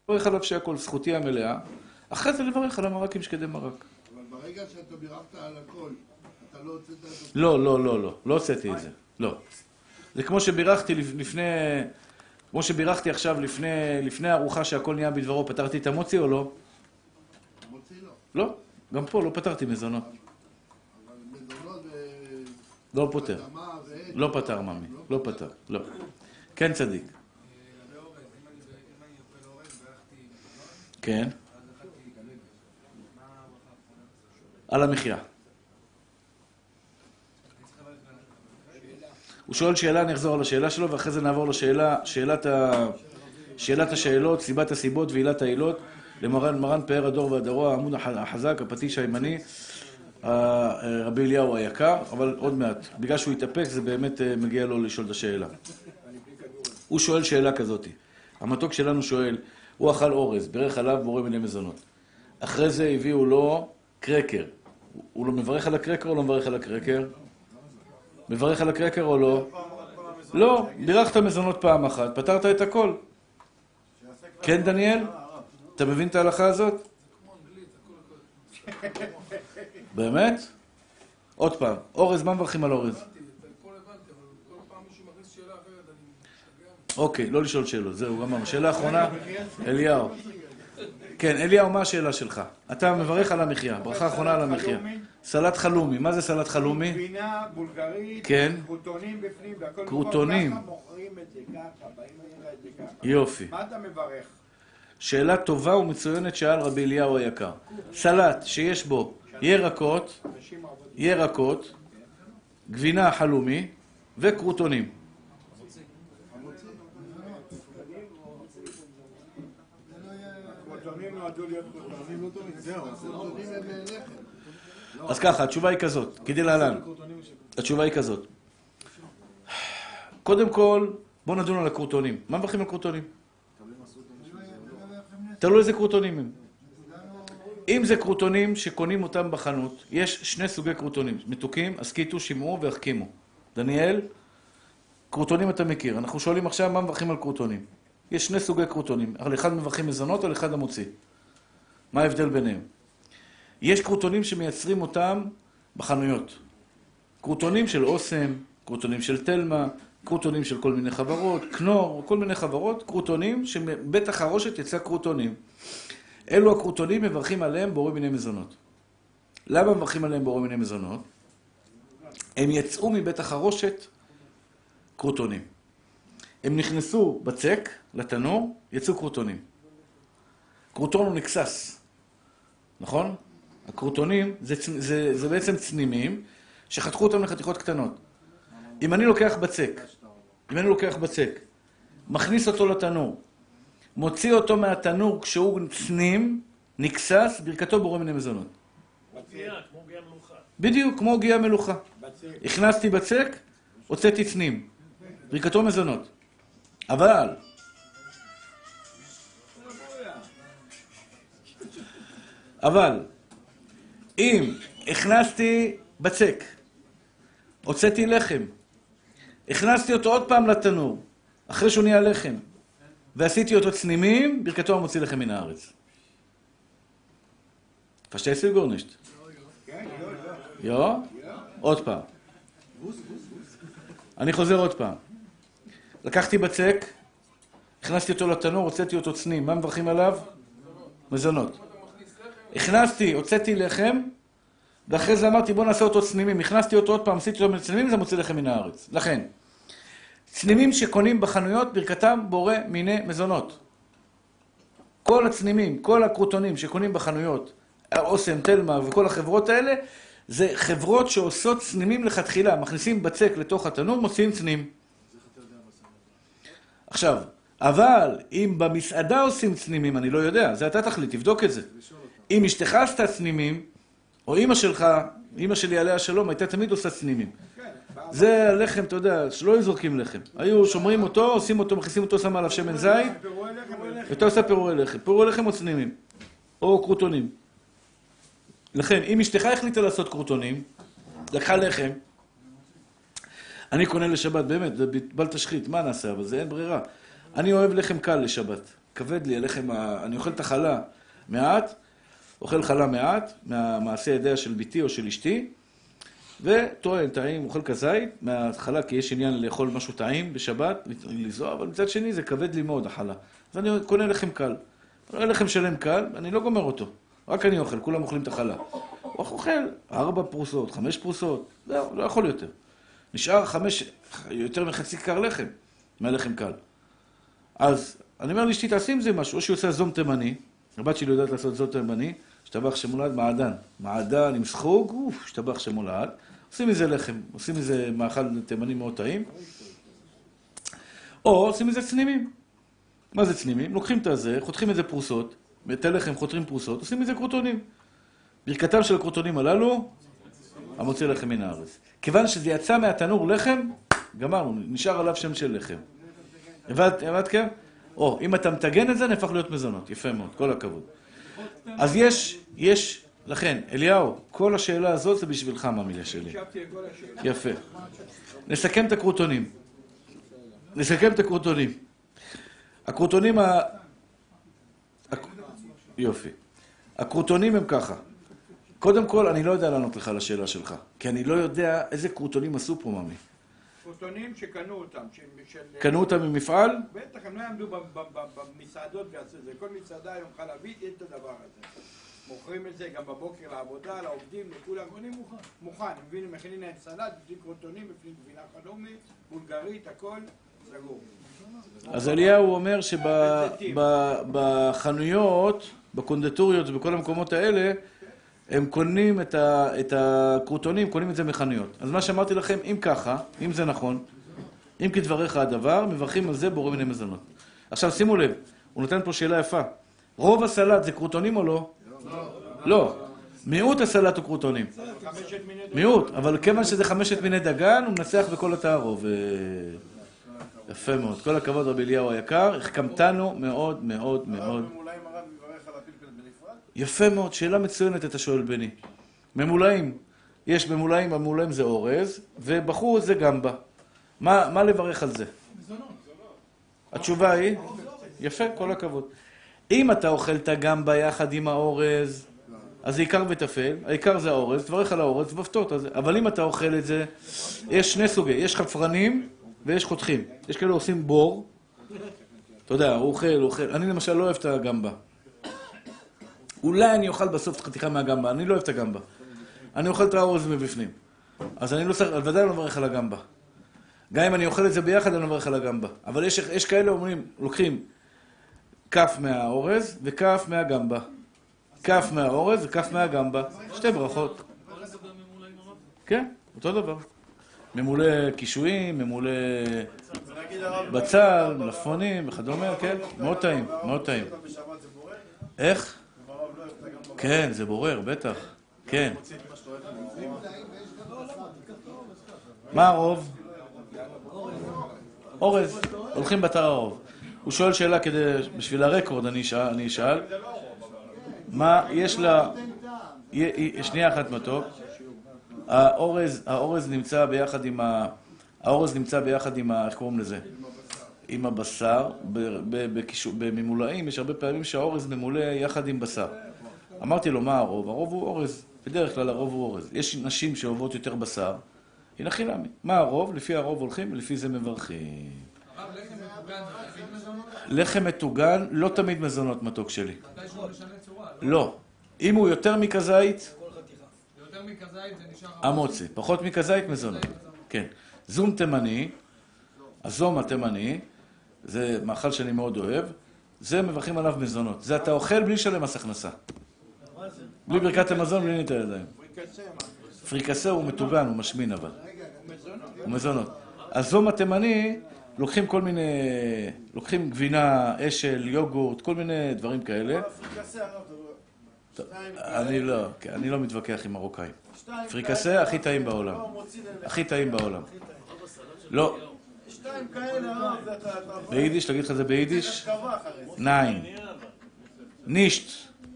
לברך עליו שהכל, זכותי המלאה. אחרי זה לברך על המרק עם שקדי מרק. אבל ברגע שאתה בירכת על הכל, אתה לא הוצאת את זה. לא הוצאתי את זה. לא. זה כמו שבירכתי כמו שבירכתי עכשיו לפני הארוחה שהכל נהיה בדברו, פתרתי את המוציא או לא? מוציא לא. לא. גם פה לא פתרתי מזונות. אבל מזונות לא פותר. אדמה ועץ. לא פתר ממי. לא פתר. לא. כן צדיק. כן. על המחיה. הוא שואל שאלה, אני אחזור על השאלה שלו, ואחרי זה נעבור שאלת השאלות, סיבת הסיבות ועילת העילות, למרן פאר הדור והדרוע, העמוד החזק, הפטיש הימני, רבי אליהו היקר, אבל עוד מעט. בגלל שהוא יתאפק, זה באמת מגיע לו לשאול את השאלה. הוא שואל שאלה כזאת. המתוק שלנו שואל, הוא אכל אורז, ברך עליו בורא מיני מזונות. אחרי זה הביאו לו קרקר. הוא לא מברך על הקרקר או לא מברך על הקרקר? מברך על הקרקר או לא? לא, בירכת מזונות פעם אחת, פתרת את הכל. כן, דניאל? אתה מבין את ההלכה הזאת? באמת? עוד פעם, אורז, מה מברכים על אורז? אוקיי, לא לשאול שאלות, זהו, גמרנו. שאלה אחרונה, אליהו. כן, אליהו, מה השאלה שלך? אתה מברך על המחיה, ברכה אחרונה על המחיה. סלט חלומי, מה זה סלט חלומי? גבינה בולגרית, כן. קרוטונים בפנים, והכל קרוטונים. ככה, מוכרים את זה ככה, באים אליך את זה ככה. יופי. מה אתה מברך? שאלה טובה ומצוינת שאל רבי אליהו היקר. סלט שיש בו ירקות, גבינה חלומי וקרוטונים. קרוטונים נועדו להיות קרוטונים. זהו, קרוטונים הם לחם. אז ככה, התשובה היא כזאת, כדלהלן. התשובה היא כזאת. קודם כל, בואו נדון על הקרוטונים. מה מברכים על קרוטונים? תלוי איזה קרוטונים הם. אם זה קרוטונים שקונים אותם בחנות, יש שני סוגי קרוטונים. מתוקים, הסכיתו, שמעו והחכימו. דניאל, קרוטונים אתה מכיר. אנחנו שואלים עכשיו מה מברכים על קרוטונים. יש שני סוגי קרוטונים. על אחד מברכים מזונות, על אחד המוציא. מה ההבדל ביניהם? יש קרוטונים שמייצרים אותם בחנויות. קרוטונים של אוסם, קרוטונים של תלמה, קרוטונים של כל מיני חברות, קנור, כל מיני חברות, קרוטונים שבית החרושת יצא קרוטונים. אלו הקרוטונים מברכים עליהם בורא מיני מזונות. למה מברכים עליהם בורא מיני מזונות? הם יצאו מבית החרושת קרוטונים. הם נכנסו בצק, לתנור, יצאו קרוטונים. קרוטון הוא נקסס, נכון? הקרוטונים זה בעצם צנימים שחתכו אותם לחתיכות קטנות. אם אני לוקח בצק, מכניס אותו לתנור, מוציא אותו מהתנור כשהוא צנים, נקסס, ברכתו בורא מיני מזונות. כמו גייה מלוכה. בדיוק, כמו גייה מלוכה. הכנסתי בצק, הוצאתי צנים. ברכתו מזונות. אבל, אם הכנסתי בצק, הוצאתי לחם, הכנסתי אותו עוד פעם לתנור, אחרי שהוא נהיה לחם, ועשיתי אותו צנימים, ברכתו המוציא לחם מן הארץ. פשטייס וגורנשט. יו? עוד פעם. אני חוזר עוד פעם. לקחתי בצק, הכנסתי אותו לתנור, הוצאתי אותו צנים. מה מברכים עליו? מזונות. הכנסתי, הוצאתי לחם, ואחרי זה אמרתי בוא נעשה אותו צנימים. הכנסתי אותו עוד פעם, עשיתי אותו צנימים, זה מוציא לחם מן הארץ. לכן, צנימים שקונים בחנויות, ברכתם בורא מיני מזונות. כל הצנימים, כל הקרוטונים שקונים בחנויות, אוסם, תלמה וכל החברות האלה, זה חברות שעושות צנימים לכתחילה. מכניסים בצק לתוך התנור, מוציאים צנים. עכשיו, אבל אם במסעדה עושים צנימים, אני לא יודע, זה אתה תחליט, תבדוק את זה. אם אשתך עשתה צנימים, או אמא שלך, אמא שלי עליה שלום, הייתה תמיד עושה צנימים. זה הלחם, אתה יודע, שלא היו זורקים לחם. היו שומרים אותו, עושים אותו, מכניסים אותו, שם עליו שמן זית, ואתה עושה פירורי לחם. פירורי לחם או צנימים, או קרוטונים. לכן, אם אשתך החליטה לעשות קרוטונים, לקחה לחם, אני קונה לשבת, באמת, זה בל תשחית, מה נעשה? אבל זה אין ברירה. אני אוהב לחם קל לשבת. כבד לי הלחם, אני אוכל את החלה מעט, אוכל חלה מעט, מהמעשה ידיה של ביתי או של אשתי, וטוען, טעים, אוכל כזית, מהחלה, כי יש עניין לאכול משהו טעים בשבת, לזוע, אבל מצד שני זה כבד לי מאוד, החלה. אז אני קונה לחם קל. קונה לחם שלם קל, אני לא גומר אותו. רק אני אוכל, כולם אוכלים את החלה. הוא אוכל 4 פרוסות, 5 פרוסות, זהו, לא יכול יותר. נשאר 5, יותר מחצי כר לחם, מהלחם קל. אז אני אומר לאשתי, תעשי עם זה משהו, או שהיא עושה זום תימני, הבת שלי יודעת לעשות זום תימני, שטבח שמולד מעדן. מעדן עם סחוג, שטבח שמולד. עושים מזה לחם, עושים מזה מאכל תימני מאוד טעים. או עושים מזה צנימים. מה זה צנימים? לוקחים את הזה, חותכים את זה פרוסות, את הלחם חותרים פרוסות, עושים מזה קרוטונים. ברכתם של הקרוטונים הללו, המוציא לחם מן הארץ. כיוון שזה יצא מהתנור לחם, גמרנו, נשאר עליו שם של לחם. הבנת כן? או, אם אתה מתגן את זה, נהפך להיות מזונות. יפה מאוד, כל הכבוד. אז יש, לכן, אליהו, כל השאלה הזאת זה בשבילך, מהמילה שלי. יפה. נסכם את הקרוטונים. הקרוטונים יופי. הקרוטונים הם ככה. קודם כל, אני לא יודע לענות לך לשאלה שלך, כי אני לא יודע איזה קרוטונים עשו פה, ממי. קרוטונים שקנו אותם. קנו אותם ממפעל? בטח, הם לא יעמדו במסעדות ועשו את זה. כל מסעדה היום חלבית, יש את הדבר הזה. מוכרים את זה גם בבוקר לעבודה, לעובדים, לכולם. מוכן. הם מבינים, מכינים להם סלט, בפנים קרוטונים, בפנים גבינה חלומית, בולגרית, הכל סגור. אז אליהו אומר שבחנויות, בקונדטוריות ובכל המקומות האלה, הם קונים את הקרוטונים, קונים את זה מחנויות. אז מה שאמרתי לכם, אם ככה, אם זה נכון, אם כדבריך הדבר, מברכים על זה בורא מיני מזונות. עכשיו שימו לב, הוא נותן פה שאלה יפה. רוב הסלט זה קרוטונים או לא? לא. מיעוט הסלט הוא קרוטונים. מיעוט, אבל כיוון שזה 5 מיני דגן, הוא מנצח בכל התערוב. יפה מאוד. כל הכבוד רבי אליהו היקר, החכמתנו מאוד מאוד מאוד. יפה מאוד, שאלה מצוינת אתה שואל בני. ממולאים, יש ממולאים, הממולאים זה אורז, ובחוץ זה גמבה. מה לברך על זה? התשובה היא? יפה, כל הכבוד. אם אתה אוכל את הגמבה יחד עם האורז, אז זה עיקר וטפל, העיקר זה האורז, תברך על האורז, תבפתות על זה. אבל אם אתה אוכל את זה, יש שני סוגי, יש חפרנים ויש חותכים. יש כאלה עושים בור, אתה יודע, הוא אוכל. אני למשל לא אוהב את הגמבה. אולי אני אוכל בסוף חתיכה מהגמבה, אני לא אוהב את הגמבה. אני אוכל את האורז מבפנים. אז אני לא צריך, ודאי לא מברך על הגמבה. גם אם אני אוכל את זה ביחד, אני לא מברך על הגמבה. אבל יש כאלה אומרים, לוקחים כף מהאורז וכף מהגמבה. כף מהאורז וכף מהגמבה. שתי ברכות. כן, אותו דבר. ממולא קישואים, ממולא בצל, מלפפונים וכדומה, כן? מאוד טעים, מאוד טעים. איך? כן, זה בורר, בטח. כן. מה הרוב? אורז. הולכים בתר הרוב. הוא שואל שאלה בשביל הרקורד, אני אשאל. מה יש לה... שנייה אחת מתוק. האורז נמצא ביחד עם איך קוראים לזה? עם הבשר. בממולאים יש הרבה פעמים שהאורז ממולא יחד עם בשר. אמרתי לו, מה הרוב? הרוב הוא אורז. בדרך כלל הרוב הוא אורז. יש נשים שאוהבות יותר בשר. הנה חינמי. מה הרוב? לפי הרוב הולכים ולפי זה מברכים. הרב, לחם מטוגן זה תמיד מזונות? לחם מטוגן לא תמיד מזונות מתוק שלי. מתי שהוא משנה צורה? לא. אם הוא יותר מכזית... יותר מכזית זה נשאר... המוצא. פחות מכזית מזונות. כן. זום תימני, הזום התימני, זה מאכל שאני מאוד אוהב, זה מברכים עליו מזונות. זה אתה אוכל בלי שלם מס הכנסה. בלי ברכת המזון, בלי ניתן ידיים. פריקסה הוא מטוגן, הוא משמין אבל. הוא מזונות. הזום התימני, לוקחים כל מיני, לוקחים גבינה, אשל, יוגורט, כל מיני דברים כאלה. אני לא מתווכח עם מרוקאים. פריקסה הכי טעים בעולם. הכי טעים בעולם. לא. ביידיש, תגיד לך זה ביידיש? נין. נישט.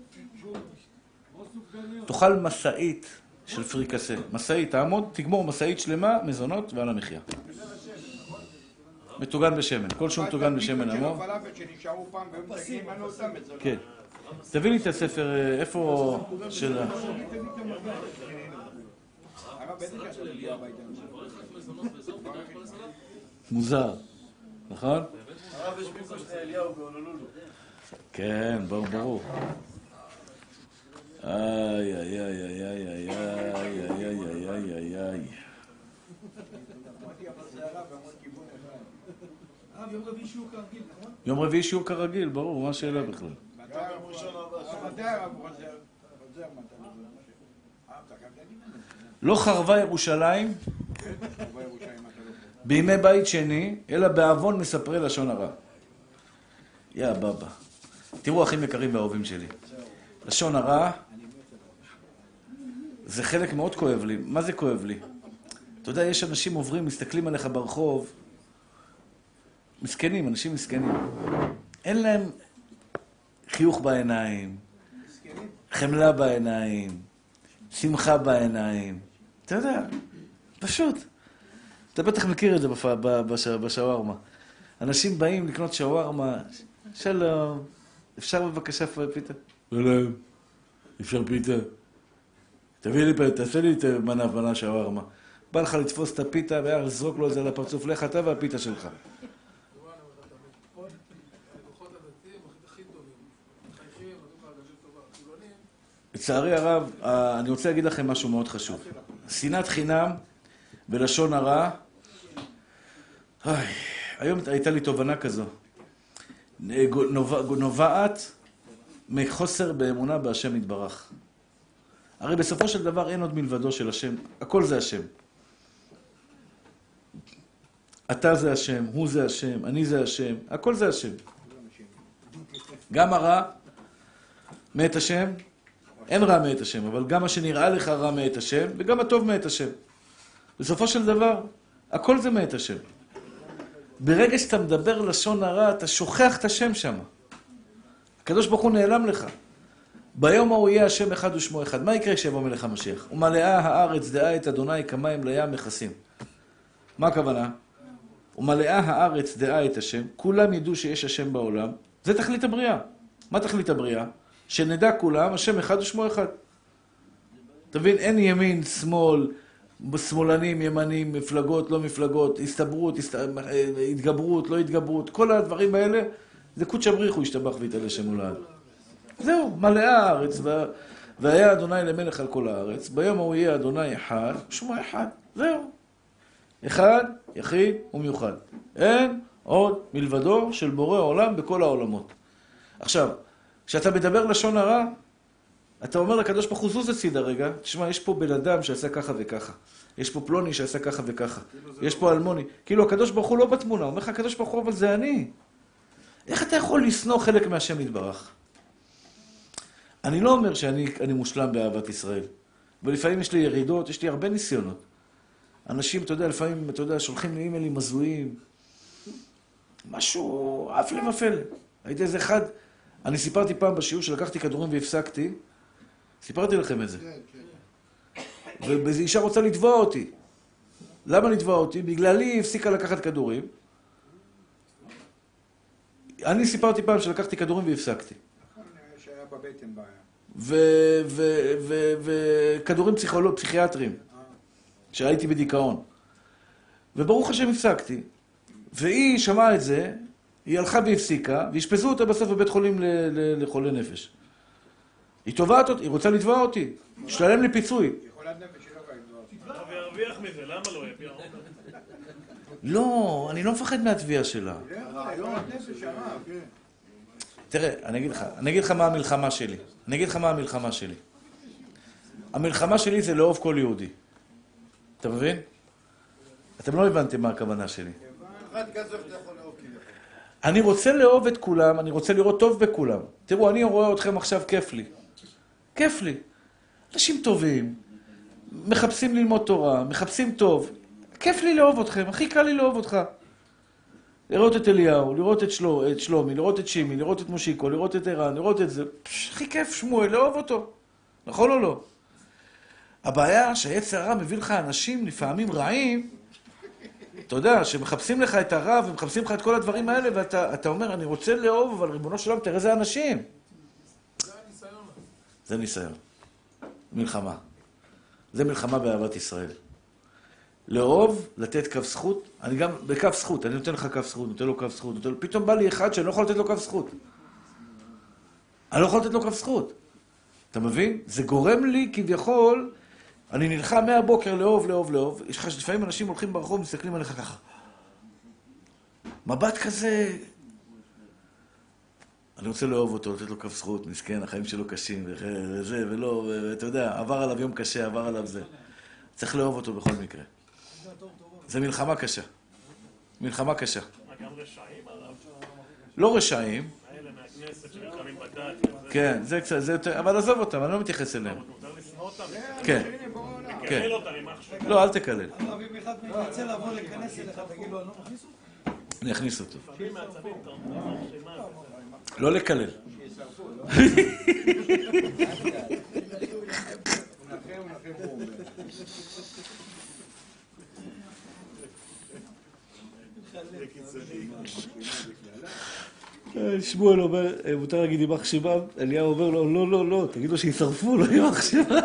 תאכל מסעית של פריקסה. מסעית, תעמוד, תגמור מסעית שלמה, מזונות ועל המחיה. מטוגן בשמן. כל שהוא מטוגן בשמן עמוק. הפלאפל שנשארו פעם והיו מתקנים לנו אותם, וזה לא. כן. תביא לי את הספר, איפה של ה... הרב, בטח שאתה מגיע הביתה. מוזר, נכון? הרב יש ביקוש לאליהו בהונולולו. כן, ברור. איי, איי, איי, איי, איי, איי, איי, איי, איי, איי, איי, איי. הרב, יום רביעי שיעור כרגיל, נכון? יום רביעי שיעור כרגיל, ברור, מה השאלה בכלל? מתי הרב חוזר? לא חרבה ירושלים בימי בית שני, אלא בעוון מספרי לשון הרע. יא בבא. תראו אחים יקרים ואהובים שלי. לשון הרע זה חלק מאוד כואב לי. מה זה כואב לי? אתה יודע, יש אנשים עוברים, מסתכלים עליך ברחוב, מסכנים, אנשים מסכנים. אין להם חיוך בעיניים, חמלה בעיניים, שמחה בעיניים. אתה יודע, פשוט. אתה בטח מכיר את זה בשווארמה. אנשים באים לקנות שווארמה, שלום, אפשר בבקשה פיתה? שלום, אפשר פיתה? תביא לי פיתה, תעשה לי את מנה שווארמה. בא לך לתפוס את הפיתה ולזרוק לו את זה על הפרצוף, לך אתה והפיתה שלך. לצערי הרב, אני רוצה להגיד לכם משהו מאוד חשוב. שנאת חינם ולשון הרע, היום הייתה לי תובנה כזו, נובעת מחוסר באמונה בהשם יתברך. הרי בסופו של דבר אין עוד מלבדו של השם, הכל זה השם. אתה זה השם, הוא זה השם, אני זה השם, הכל זה השם. גם הרע מאת השם, אין רע מאת השם, אבל גם מה שנראה לך רע מאת השם, וגם הטוב מאת השם. בסופו של דבר, הכל זה מאת השם. ברגע שאתה מדבר לשון הרע, אתה שוכח את השם שם. הקדוש ברוך הוא נעלם לך. ביום ההוא יהיה השם אחד ושמו אחד. מה יקרה כשיבוא מלך המשיח? ומלאה הארץ דעה את אדוני כמים לים מכסים. מה הכוונה? ומלאה הארץ דעה את השם, כולם ידעו שיש השם בעולם. זה תכלית הבריאה. מה תכלית הבריאה? שנדע כולם, השם אחד ושמו אחד. תבין, אין ימין, שמאל, שמאלנים, ימנים, מפלגות, לא מפלגות, הסתברות, התגברות, לא התגברות, כל הדברים האלה, זה קודש הבריחו ישתבח ויתעלה שם הולד. זהו, מלאה הארץ, והיה אדוני למלך על כל הארץ, ביום ההוא יהיה אדוני אחד, שמו אחד, זהו. אחד, יחיד ומיוחד. אין עוד מלבדו של בורא העולם בכל העולמות. עכשיו, כשאתה מדבר לשון הרע, אתה אומר לקדוש ברוך הוא זוז הצידה רגע, תשמע, יש פה בן אדם שעשה ככה וככה, יש פה פלוני שעשה ככה וככה, יש פה אלמוני, כאילו הקדוש ברוך הוא לא בתמונה, הוא אומר לך הקדוש ברוך הוא, אבל זה אני. איך אתה יכול לשנוא חלק מהשם יתברך? אני לא אומר שאני מושלם באהבת ישראל, ולפעמים יש לי ירידות, יש לי הרבה ניסיונות. אנשים, אתה יודע, לפעמים, אתה יודע, שולחים לי אימיילים מזוהים, משהו אפלה ופלה. הייתי איזה אחד, אני סיפרתי פעם בשיעור שלקחתי כדורים והפסקתי, סיפרתי לכם את זה. ואיזו אישה רוצה לתבוע אותי. למה לתבוע אותי? בגללי היא הפסיקה לקחת כדורים. אני סיפרתי פעם שלקחתי כדורים והפסקתי. שהיה בבטן בעיה. וכדורים פסיכיאטריים, שהייתי בדיכאון. וברוך השם הפסקתי. והיא שמעה את זה, היא הלכה והפסיקה, והשפזו אותה בסוף בבית חולים לחולי נפש. היא תובעת אותי, היא רוצה לתבוע אותי. תשלם לי פיצוי. יכולת נפש שלא קיים לתבוע. הרב ירוויח מזה, למה לא ירוויח? לא, אני לא מפחד מהתביעה שלה. יכולת נפש הרב, כן. תראה, אני אגיד לך מה המלחמה שלי. המלחמה שלי זה לאהוב כל יהודי. אתה מבין? אתם לא הבנתם מה הכוונה שלי. אחד כזה אתה יכול לאהוב כביכול. אני רוצה לאהוב את כולם, אני רוצה לראות טוב בכולם. תראו, אני רואה אתכם עכשיו, כיף לי. כיף לי. אנשים טובים, מחפשים ללמוד תורה, מחפשים טוב. כיף לי לאהוב אתכם, הכי קל לי לאהוב אותך. לראות את אליהו, לראות את שלומי, לראות את שימי, לראות את מושיקו, לראות את ערן, לראות את זה. הכי כיף שמואל, לאהוב אותו. נכון או לא? הבעיה שהיצר הרע מביא לך אנשים לפעמים רעים, אתה יודע, שמחפשים לך את הרב, ומחפשים לך את כל הדברים האלה, ואתה אומר, אני רוצה לאהוב, אבל ריבונו של עולם, תראה איזה אנשים. זה הניסיון. זה ניסיון. מלחמה. זה מלחמה באהבת ישראל. לאהוב, לתת קו זכות. אני גם בקו זכות, אני נותן לך קו זכות, נותן לו קו זכות, פתאום בא לי אחד שאני לא יכול לתת לו קו זכות. אני לא יכול לתת לו קו זכות. אתה מבין? זה גורם לי כביכול, אני נלחם מהבוקר לאהוב, לאהוב, לאהוב. יש לך לפעמים אנשים הולכים ברחוב ומסתכלים עליך ככה. מבט כזה. אני רוצה לאהוב אותו, לתת לו קו זכות, מסכן, החיים שלו קשים, וזה, ולא, ואתה יודע, עבר עליו יום קשה, עבר עליו זה. צריך לאהוב אותו בכל מקרה. זה מלחמה קשה. מלחמה קשה. גם רשעים עליו? לא רשעים. האלה מהכנסת שנלחמים בדת. כן, זה קצת, זה יותר, אבל עזוב אותם, אני לא מתייחס אליהם. מותר לשנוא אותם? כן. כן. לקלל אותם עם אח שלו. לא, אל תקלל. הרב, אם אחד מתנצל לבוא להיכנס אליך, תגיד לו, אני לא מכניס אותו? אני אכניס אותו. לפעמים מעצבים, אתה אומר, שמה זה? לא לקלל. שמואל אומר, מותר להגיד יימח שמם, אליהו אומר לו, לא, לא, לא, תגיד לו שישרפו, לא יימח שמם.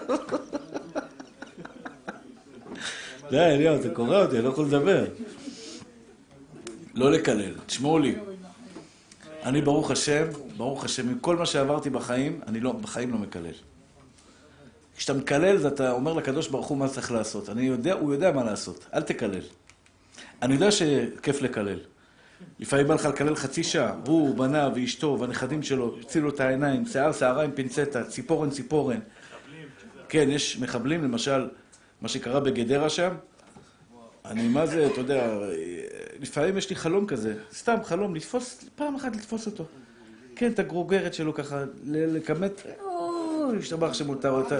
די, אליהו, אתה קורא אותי, אני לא יכול לדבר. לא לקלל, תשמעו לי. אני ברוך השם, עם כל מה שעברתי בחיים, אני בחיים לא מקלל. כשאתה מקלל, אתה אומר לקדוש ברוך הוא מה צריך לעשות. הוא יודע מה לעשות, אל תקלל. אני יודע שכיף לקלל. לפעמים בא לך לקלל חצי שעה, הוא, בניו ואשתו והנכדים שלו, הצילו את העיניים, שערה עם פינצטה, ציפורן. כן, יש מחבלים, למשל, מה שקרה בגדרה שם. אני, מה זה, אתה יודע, לפעמים יש לי חלום כזה, סתם חלום, פעם אחת לתפוס אותו. כן, את הגרוגרת שלו ככה, לקמת, להשתבח שמותר אותה.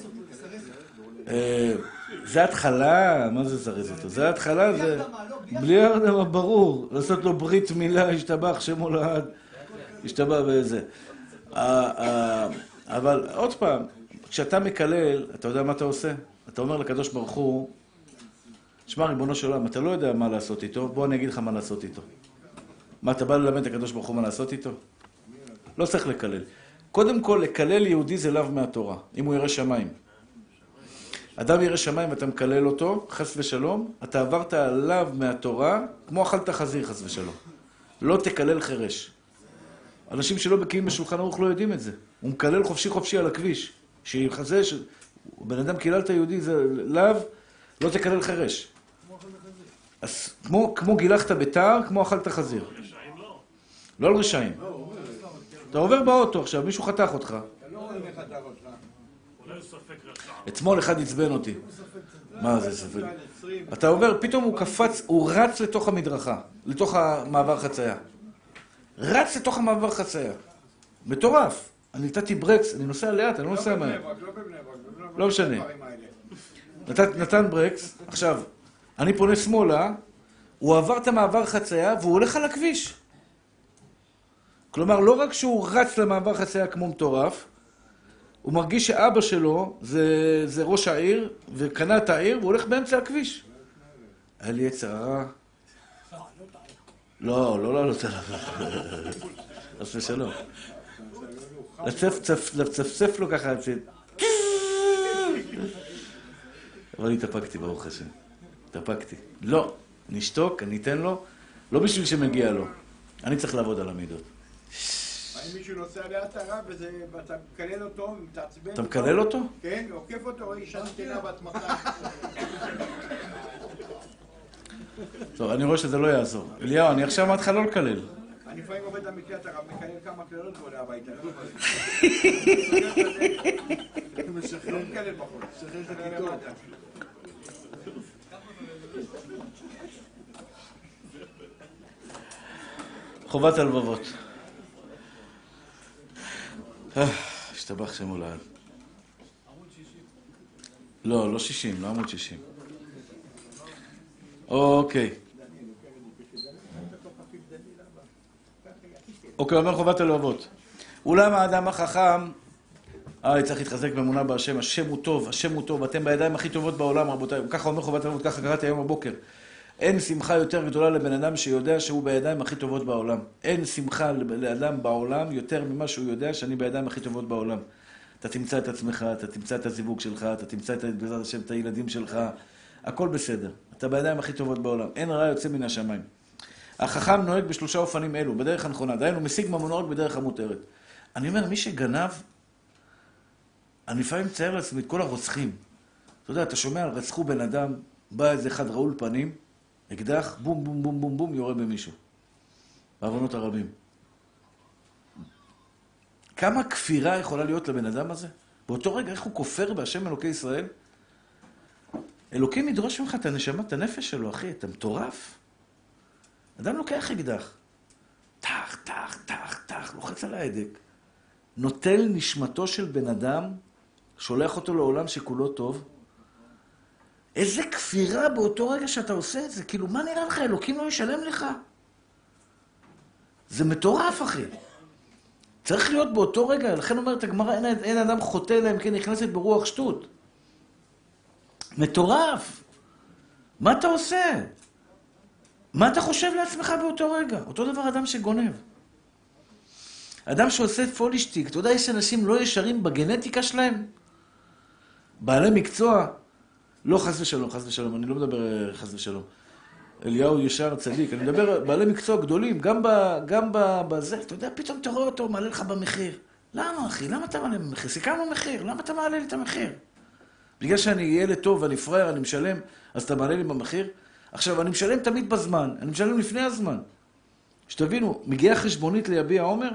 זה התחלה, מה זה זרז אותו? זה התחלה, זה... בלי הרדמה, ברור. לעשות לו ברית מילה, השתבח שמו לעד. השתבח באיזה. אבל עוד פעם, כשאתה מקלל, אתה יודע מה אתה עושה? אתה אומר לקדוש ברוך הוא, שמע, ריבונו של עולם, אתה לא יודע מה לעשות איתו, בוא אני אגיד לך מה לעשות איתו. מה, אתה בא ללמד את הקדוש ברוך הוא מה לעשות איתו? לא צריך לקלל. קודם כל, לקלל יהודי זה לאו מהתורה, אם הוא ירא שמיים. אדם ירא שמיים ואתה מקלל אותו, חס ושלום, אתה עברת עליו מהתורה, כמו אכלת חזיר, חס ושלום. לא תקלל חרש. אנשים שלא בקיאים בשולחן ערוך לא יודעים את זה. הוא מקלל חופשי על הכביש. שיחזה, בן אדם קילל את היהודי, זה לאו, לא תקלל חרש. אז כמו גילחת בתער, כמו אכלת חזיר. רשעים לא. לא על רשעים. אתה עובר באוטו עכשיו, מישהו חתך אותך. אולי הוא ספק רשע. אתמול אחד עצבן אותי. מה זה ספק? אתה עובר, פתאום הוא קפץ, הוא רץ לתוך המדרכה, לתוך המעבר חצייה. רץ לתוך המעבר חצייה. מטורף. אני נתתי ברקס, אני נוסע לאט, אני לא נוסע מהר. לא משנה. נתן ברקס, עכשיו, אני פונה שמאלה, הוא עבר את המעבר חצייה והוא הולך על הכביש. כלומר, לא רק שהוא רץ למעבר חצייה כמו מטורף, הוא מרגיש שאבא שלו זה ראש העיר, וקנה את העיר, והוא הולך באמצע הכביש. היה לי יצר הרע. לא, אז ושלום. לצפצף לו ככה, אבל התאפקתי, ברוך השם. התאפקתי. לא, נשתוק, אני אתן לו, לא בשביל שמגיע לו. אני צריך לעבוד על המידות. אם מישהו נוסע לאט הרב, ואתה מקלל אותו, מתעצבן. אתה מקלל אותו? כן, עוקף אותו, אישה נתנה בעצמך. טוב, אני רואה שזה לא יעזור. אליהו, אני עכשיו אמרתי לך לא לקלל. אני לפעמים עובד במקלט הרב, מקלל כמה קללות ועולה הביתה. לא מקלל בחוץ. משחרר את הכיתות. חובת הלבבות. השתבח שמו לעד. לא 60, לא עמוד 60. אוקיי. אומר חובת הלבבות. אולם האדם החכם, צריך להתחזק באמונה בהשם, השם הוא טוב, אתם בידיים הכי טובות בעולם, רבותיי. ככה אומר חובת הלבבות, ככה קראתי היום בבוקר. אין שמחה יותר גדולה לבן אדם שיודע שהוא בידיים הכי טובות בעולם. אין שמחה לאדם בעולם יותר ממה שהוא יודע שאני בידיים הכי טובות בעולם. אתה תמצא את עצמך, אתה תמצא את הזיווג שלך, אתה תמצא בעזרת השם את הילדים שלך, הכל בסדר. אתה בידיים הכי טובות בעולם. אין רע יוצא מן השמיים. החכם נוהג בשלושה אופנים אלו, בדרך הנכונה. דהיינו, משיג ממונו רק בדרך המותרת. אני אומר, מי שגנב, אני לפעמים מצייר לעצמי את כל הרוצחים. אתה יודע, אתה שומע, רצחו בן אדם, בא איזה אחד רעול פנים, אקדח, בום, בום, בום, בום, בום, יורה במישהו. בעוונות הרבים. כמה כפירה יכולה להיות לבן אדם הזה? באותו רגע, איך הוא כופר בהשם אלוקי ישראל? אלוקים ידרוש ממך את הנשמה, את הנפש שלו, אחי, אתה מטורף. אדם לוקח אקדח. טח, טח, טח, טח, לוחץ על ההדק. נוטל נשמתו של בן אדם, שולח אותו לעולם שכולו טוב. איזה כפירה באותו רגע שאתה עושה את זה. כאילו, מה נראה לך? אלוקים לא ישלם לך? זה מטורף, אחי. צריך להיות באותו רגע. לכן אומרת הגמרא, אין אדם חוטא להם, כן, נכנסת ברוח שטות. מטורף. מה אתה עושה? מה אתה חושב לעצמך באותו רגע? אותו דבר אדם שגונב. אדם שעושה פולישטיק, אתה יודע, יש אנשים לא ישרים בגנטיקה שלהם? בעלי מקצוע, לא חס ושלום, חס ושלום, אני לא מדבר חס ושלום. אליהו ישר צדיק, אני מדבר בעלי מקצוע גדולים, גם בזה, אתה יודע, פתאום אתה רואה אותו, מעלה לך במחיר. למה, אחי? למה אתה מעלה במחיר? סיכמנו מחיר, למה אתה מעלה לי את המחיר? בגלל שאני ילד טוב ואני פראייר, אני משלם, אז אתה מעלה לי במחיר? עכשיו, אני משלם תמיד בזמן, אני משלם לפני הזמן. שתבינו, מגיעה חשבונית ליביע עומר,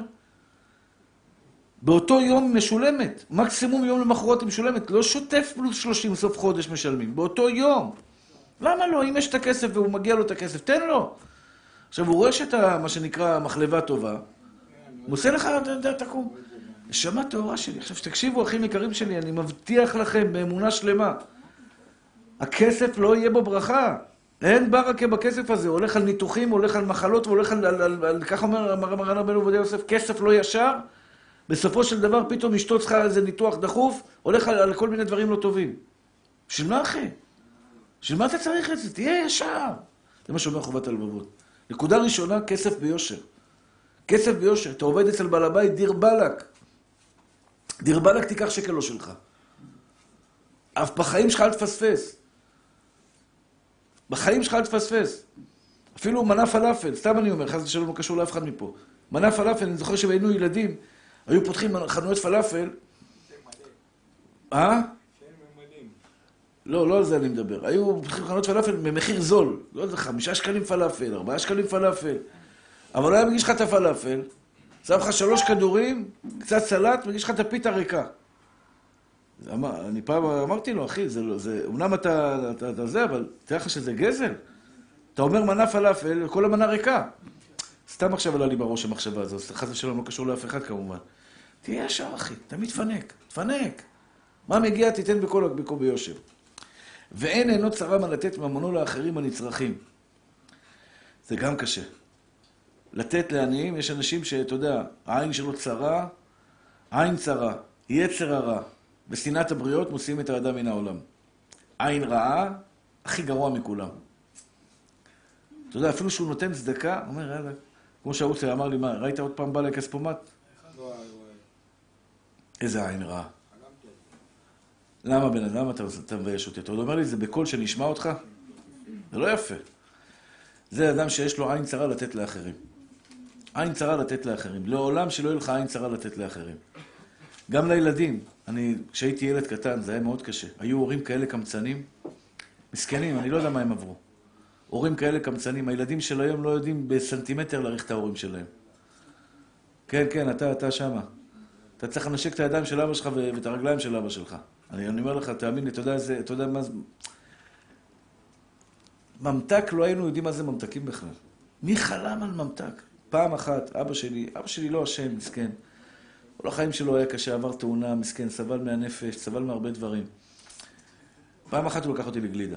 באותו יום משולמת, מקסימום יום למחרת היא משולמת, לא שוטף פלוס 30 סוף חודש משלמים, באותו יום. למה לא? אם יש את הכסף והוא מגיע לו את הכסף, תן לו. עכשיו, הוא רואה שאתה, מה שנקרא, מחלבה טובה, הוא עושה לך, תקום. נשמה טהורה שלי. עכשיו, שתקשיבו, אחים יקרים שלי, אני מבטיח לכם באמונה שלמה, הכסף לא יהיה בו ברכה. אין ברכה בכסף הזה, הולך על ניתוחים, הולך על מחלות, והולך על כך אומר מרן רבנו עובדיה יוסף, כסף לא ישר, בסופו של דבר פתאום אשתו צריכה איזה ניתוח דחוף, הולך על כל מיני דברים לא טובים. בשביל מה, אחי? בשביל מה אתה צריך את זה? תהיה ישר. זה מה שאומר חובת הלבבות. נקודה ראשונה, כסף ביושר. כסף ביושר. אתה עובד אצל בעל הבית, דיר בלק. דיר בלק תיקח שקל לא שלך. אף בחיים שלך אל תפספס. בחיים שלך אל תפספס. אפילו מנה פלאפל, סתם אני אומר, חס ושלום לא קשור לאף אחד מפה. מנה פלאפל, אני זוכר שהיינו ילדים, היו פותחים חנויות פלאפל. לא על זה אני מדבר. היו פותחים חנויות פלאפל במחיר זול. לא יודע, 5 שקלים פלאפל, 4 שקלים פלאפל. אבל לא היה מגיש לך את הפלאפל, שם לך 3 כדורים, קצת סלט, מגיש לך את הפיתה ריקה. אני פעם אמרתי לו, אחי, אמנם אתה זה, אבל תראה לך שזה גזל. אתה אומר מנה פלאפל, וכל המנה ריקה. סתם עכשיו עלה לי בראש המחשבה הזו, חס ושלום לא קשור לאף אחד כמובן. תהיה ישר, אחי, תמיד תפנק. מה מגיע, תיתן בכל ביושר. ואין אינו צרה מה לתת ממונו לאחרים הנצרכים. זה גם קשה. לתת לעניים, יש אנשים שאתה יודע, העין שלו צרה, עין צרה, יצר הרע. בשנאת הבריות מוציאים את האדם מן העולם. עין רעה, הכי גרוע מכולם. אתה יודע, אפילו שהוא נותן צדקה, אומר, יאללה, כמו שהאוצר אמר לי, מה, ראית עוד פעם בא לכספומט? איזה עין רעה. למה בן אדם אתה מבייש אותי? אתה עוד אומר לי, זה בקול שנשמע אותך? זה לא יפה. זה אדם שיש לו עין צרה לתת לאחרים. עין צרה לתת לאחרים. לעולם שלא יהיה לך עין צרה לתת לאחרים. גם לילדים. כשהייתי ילד קטן, זה היה מאוד קשה. היו הורים כאלה קמצנים, מסכנים, אני לא יודע מה הם עברו. הורים כאלה קמצנים, הילדים של היום לא יודעים בסנטימטר להעריך את ההורים שלהם. כן, אתה שמה. אתה צריך לנשק את הידיים של אבא שלך ואת הרגליים של אבא שלך. אני אומר לך, תאמין לי, אתה יודע מה זה... ממתק, לא היינו יודעים מה זה ממתקים בכלל. מי חלם על ממתק? פעם אחת, אבא שלי לא אשם, מסכן. כל החיים שלו היה קשה, עבר תאונה, מסכן, סבל מהנפש, סבל מהרבה דברים. פעם אחת הוא לקח אותי לגלידה.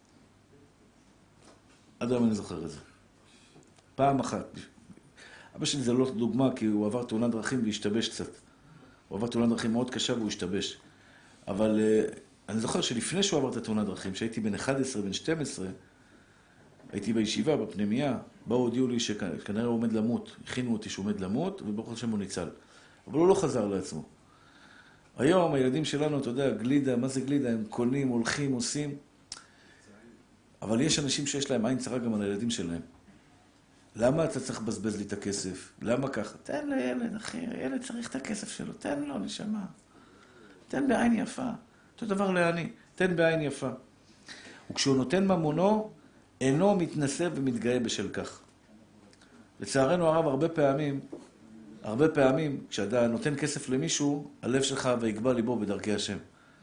עד היום אני זוכר את זה. פעם אחת. אבא שלי זה לא דוגמה, כי הוא עבר תאונת דרכים והשתבש קצת. הוא עבר תאונת דרכים מאוד קשה והוא השתבש. אבל אני זוכר שלפני שהוא עבר את התאונת דרכים, שהייתי בן 11, בן 12, הייתי בישיבה, בפנימייה, באו הודיעו לי שכנראה הוא עומד למות, הכינו אותי שהוא עומד למות, וברוך השם הוא ניצל. אבל הוא לא חזר לעצמו. היום הילדים שלנו, אתה יודע, גלידה, מה זה גלידה? הם קונים, הולכים, עושים. אבל יש אנשים שיש להם עין צרה גם על הילדים שלהם. למה אתה צריך לבזבז לי את הכסף? למה ככה? תן לילד, אחי, הילד צריך את הכסף שלו, תן לו, נשמה. תן בעין יפה. אותו דבר לעני, תן בעין יפה. וכשהוא נותן ממונו, אינו מתנשא ומתגאה בשל כך. לצערנו הרב, הרבה פעמים, כשאתה נותן כסף למישהו, הלב שלך ויקבע ליבו בדרכי השם.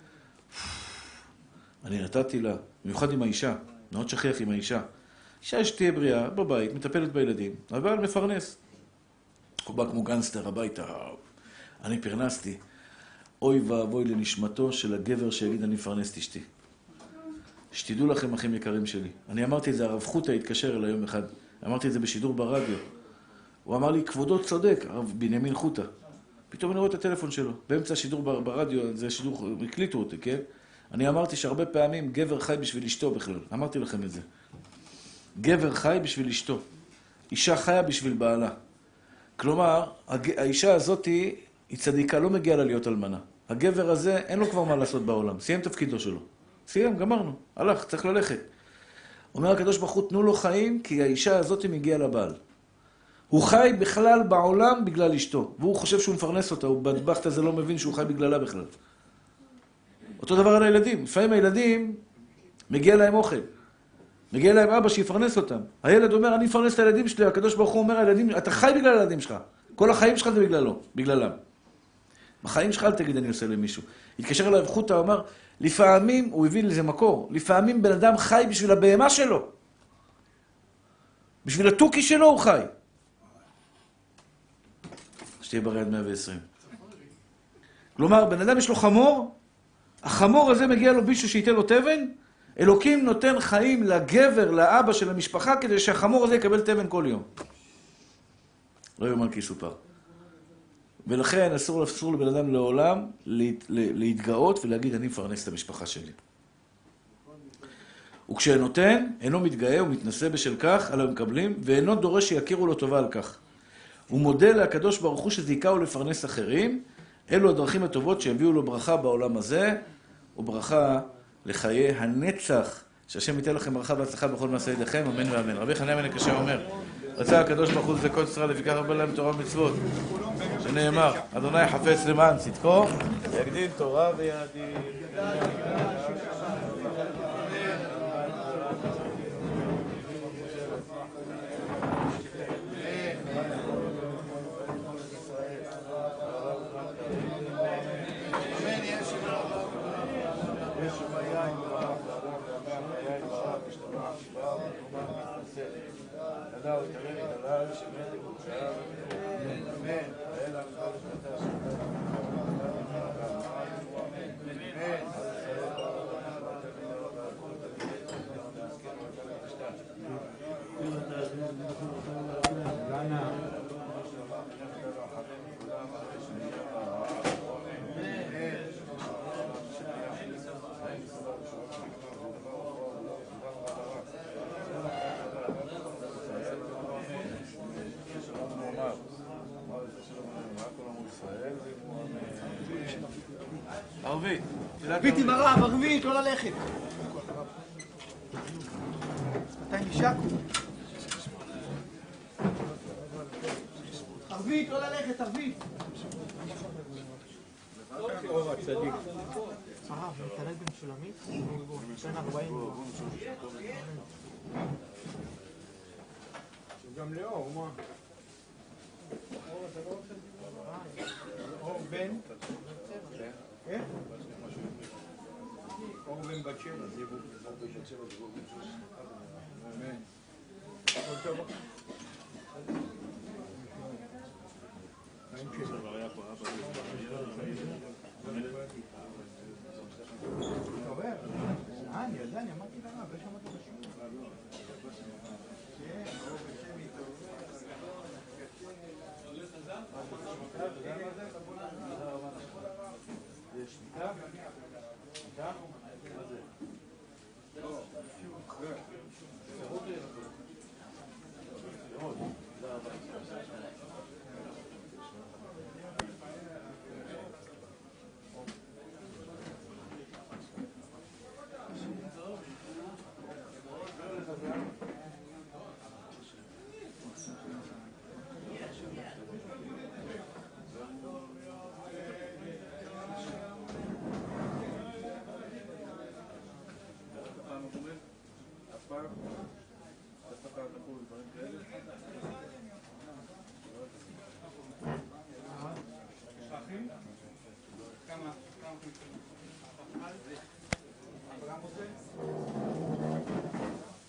אני נתתי לה, במיוחד עם האישה, מאוד שכיח עם האישה. אישה שתהיה בריאה, בבית, מטפלת בילדים, אבל מפרנס. הוא בא כמו גנסטר הביתה, אני פרנסתי. אוי ואבוי לנשמתו של הגבר שיגיד אני מפרנס את אשתי. שתדעו לכם, אחים יקרים שלי. אני אמרתי את זה, הרב חוטה התקשר אליי יום אחד. אמרתי את זה בשידור ברדיו. הוא אמר לי, כבודו צודק, הרב בנימין חוטה. פתאום אני רואה את הטלפון שלו. באמצע השידור ברדיו, זה שידור, הקליטו אותי, כן? אני אמרתי שהרבה פעמים גבר חי בשביל אשתו בכלל. אמרתי לכם את זה. גבר חי בשביל אשתו. אישה חיה בשביל בעלה. כלומר, האישה הזאת היא צדיקה, לא מגיעה לה להיות אלמנה. הגבר הזה, אין לו כבר מה לעשות בעולם. סיים תפקידו שלו. סיים, גמרנו. הלך, צריך ללכת. אומר הקדוש ברוך הוא, תנו לו חיים, כי האישה הזאת מגיעה לבעל. הוא חי בכלל בעולם בגלל אשתו, והוא חושב שהוא מפרנס אותה, הוא בדבחת הזה לא מבין שהוא חי בגללה בכלל. אותו דבר על הילדים. לפעמים הילדים, מגיע להם אוכל. מגיע להם אבא שיפרנס אותם. הילד אומר, אני אפרנס את הילדים שלי, הקדוש ברוך הוא אומר, הילדים, אתה חי בגלל הילדים שלך. כל החיים שלך זה בגללם. בחיים שלך אל תגיד אני עושה למישהו. התקשר אליו חוטה, הוא אמר, לפעמים, הוא הביא לזה מקור, לפעמים בן אדם חי בשביל הבהמה שלו. בשביל התוכי שלו הוא חי. שתהיה בריא עד 120. כלומר, בן אדם יש לו חמור, החמור הזה מגיע לו מישהו שייתן לו תבן, אלוקים נותן חיים לגבר, לאבא של המשפחה, כדי שהחמור הזה יקבל תבן כל יום. לא יאומן כי יסופר. ולכן אסור לבן אדם לעולם להתגאות ולהגיד, אני מפרנס את המשפחה שלי. וכשנותן, אינו מתגאה ומתנשא בשל כך על המקבלים, ואינו דורש שיכירו לו טובה על כך. הוא מודה להקדוש ברוך הוא שזיכהו לפרנס אחרים, אלו הדרכים הטובות שהביאו לו ברכה בעולם הזה, וברכה לחיי הנצח. שהשם ייתן לכם ברכה והצלחה בכל מעשה ידיכם, אמן ואמן. רבי חניה בן הקשה אומר, רצה הקדוש ברוך הוא לזכות ישראל, לפיכך הרבה להם תורה ומצוות. שנאמר, אדוני חפץ למען צדקו, יגדיל תורה ויאדיר. ערבית עם הרב, ערבית, לא ללכת. מתי נשקו? ערבית, לא ללכת, ערבית. אור הצדיק. הרב, מתעלת בן שולמית? בן 40. גם לאור, מה? אור בן? כן? אור בן בת שבע, זה יבוא. אמן. עוד טוב. אני יודע, אני אמרתי לרב, יש שם את השיעור. כן, אור בשם איתו. יש שתיקה? שתיקה? מה זה? כמה? אברהם רוצה?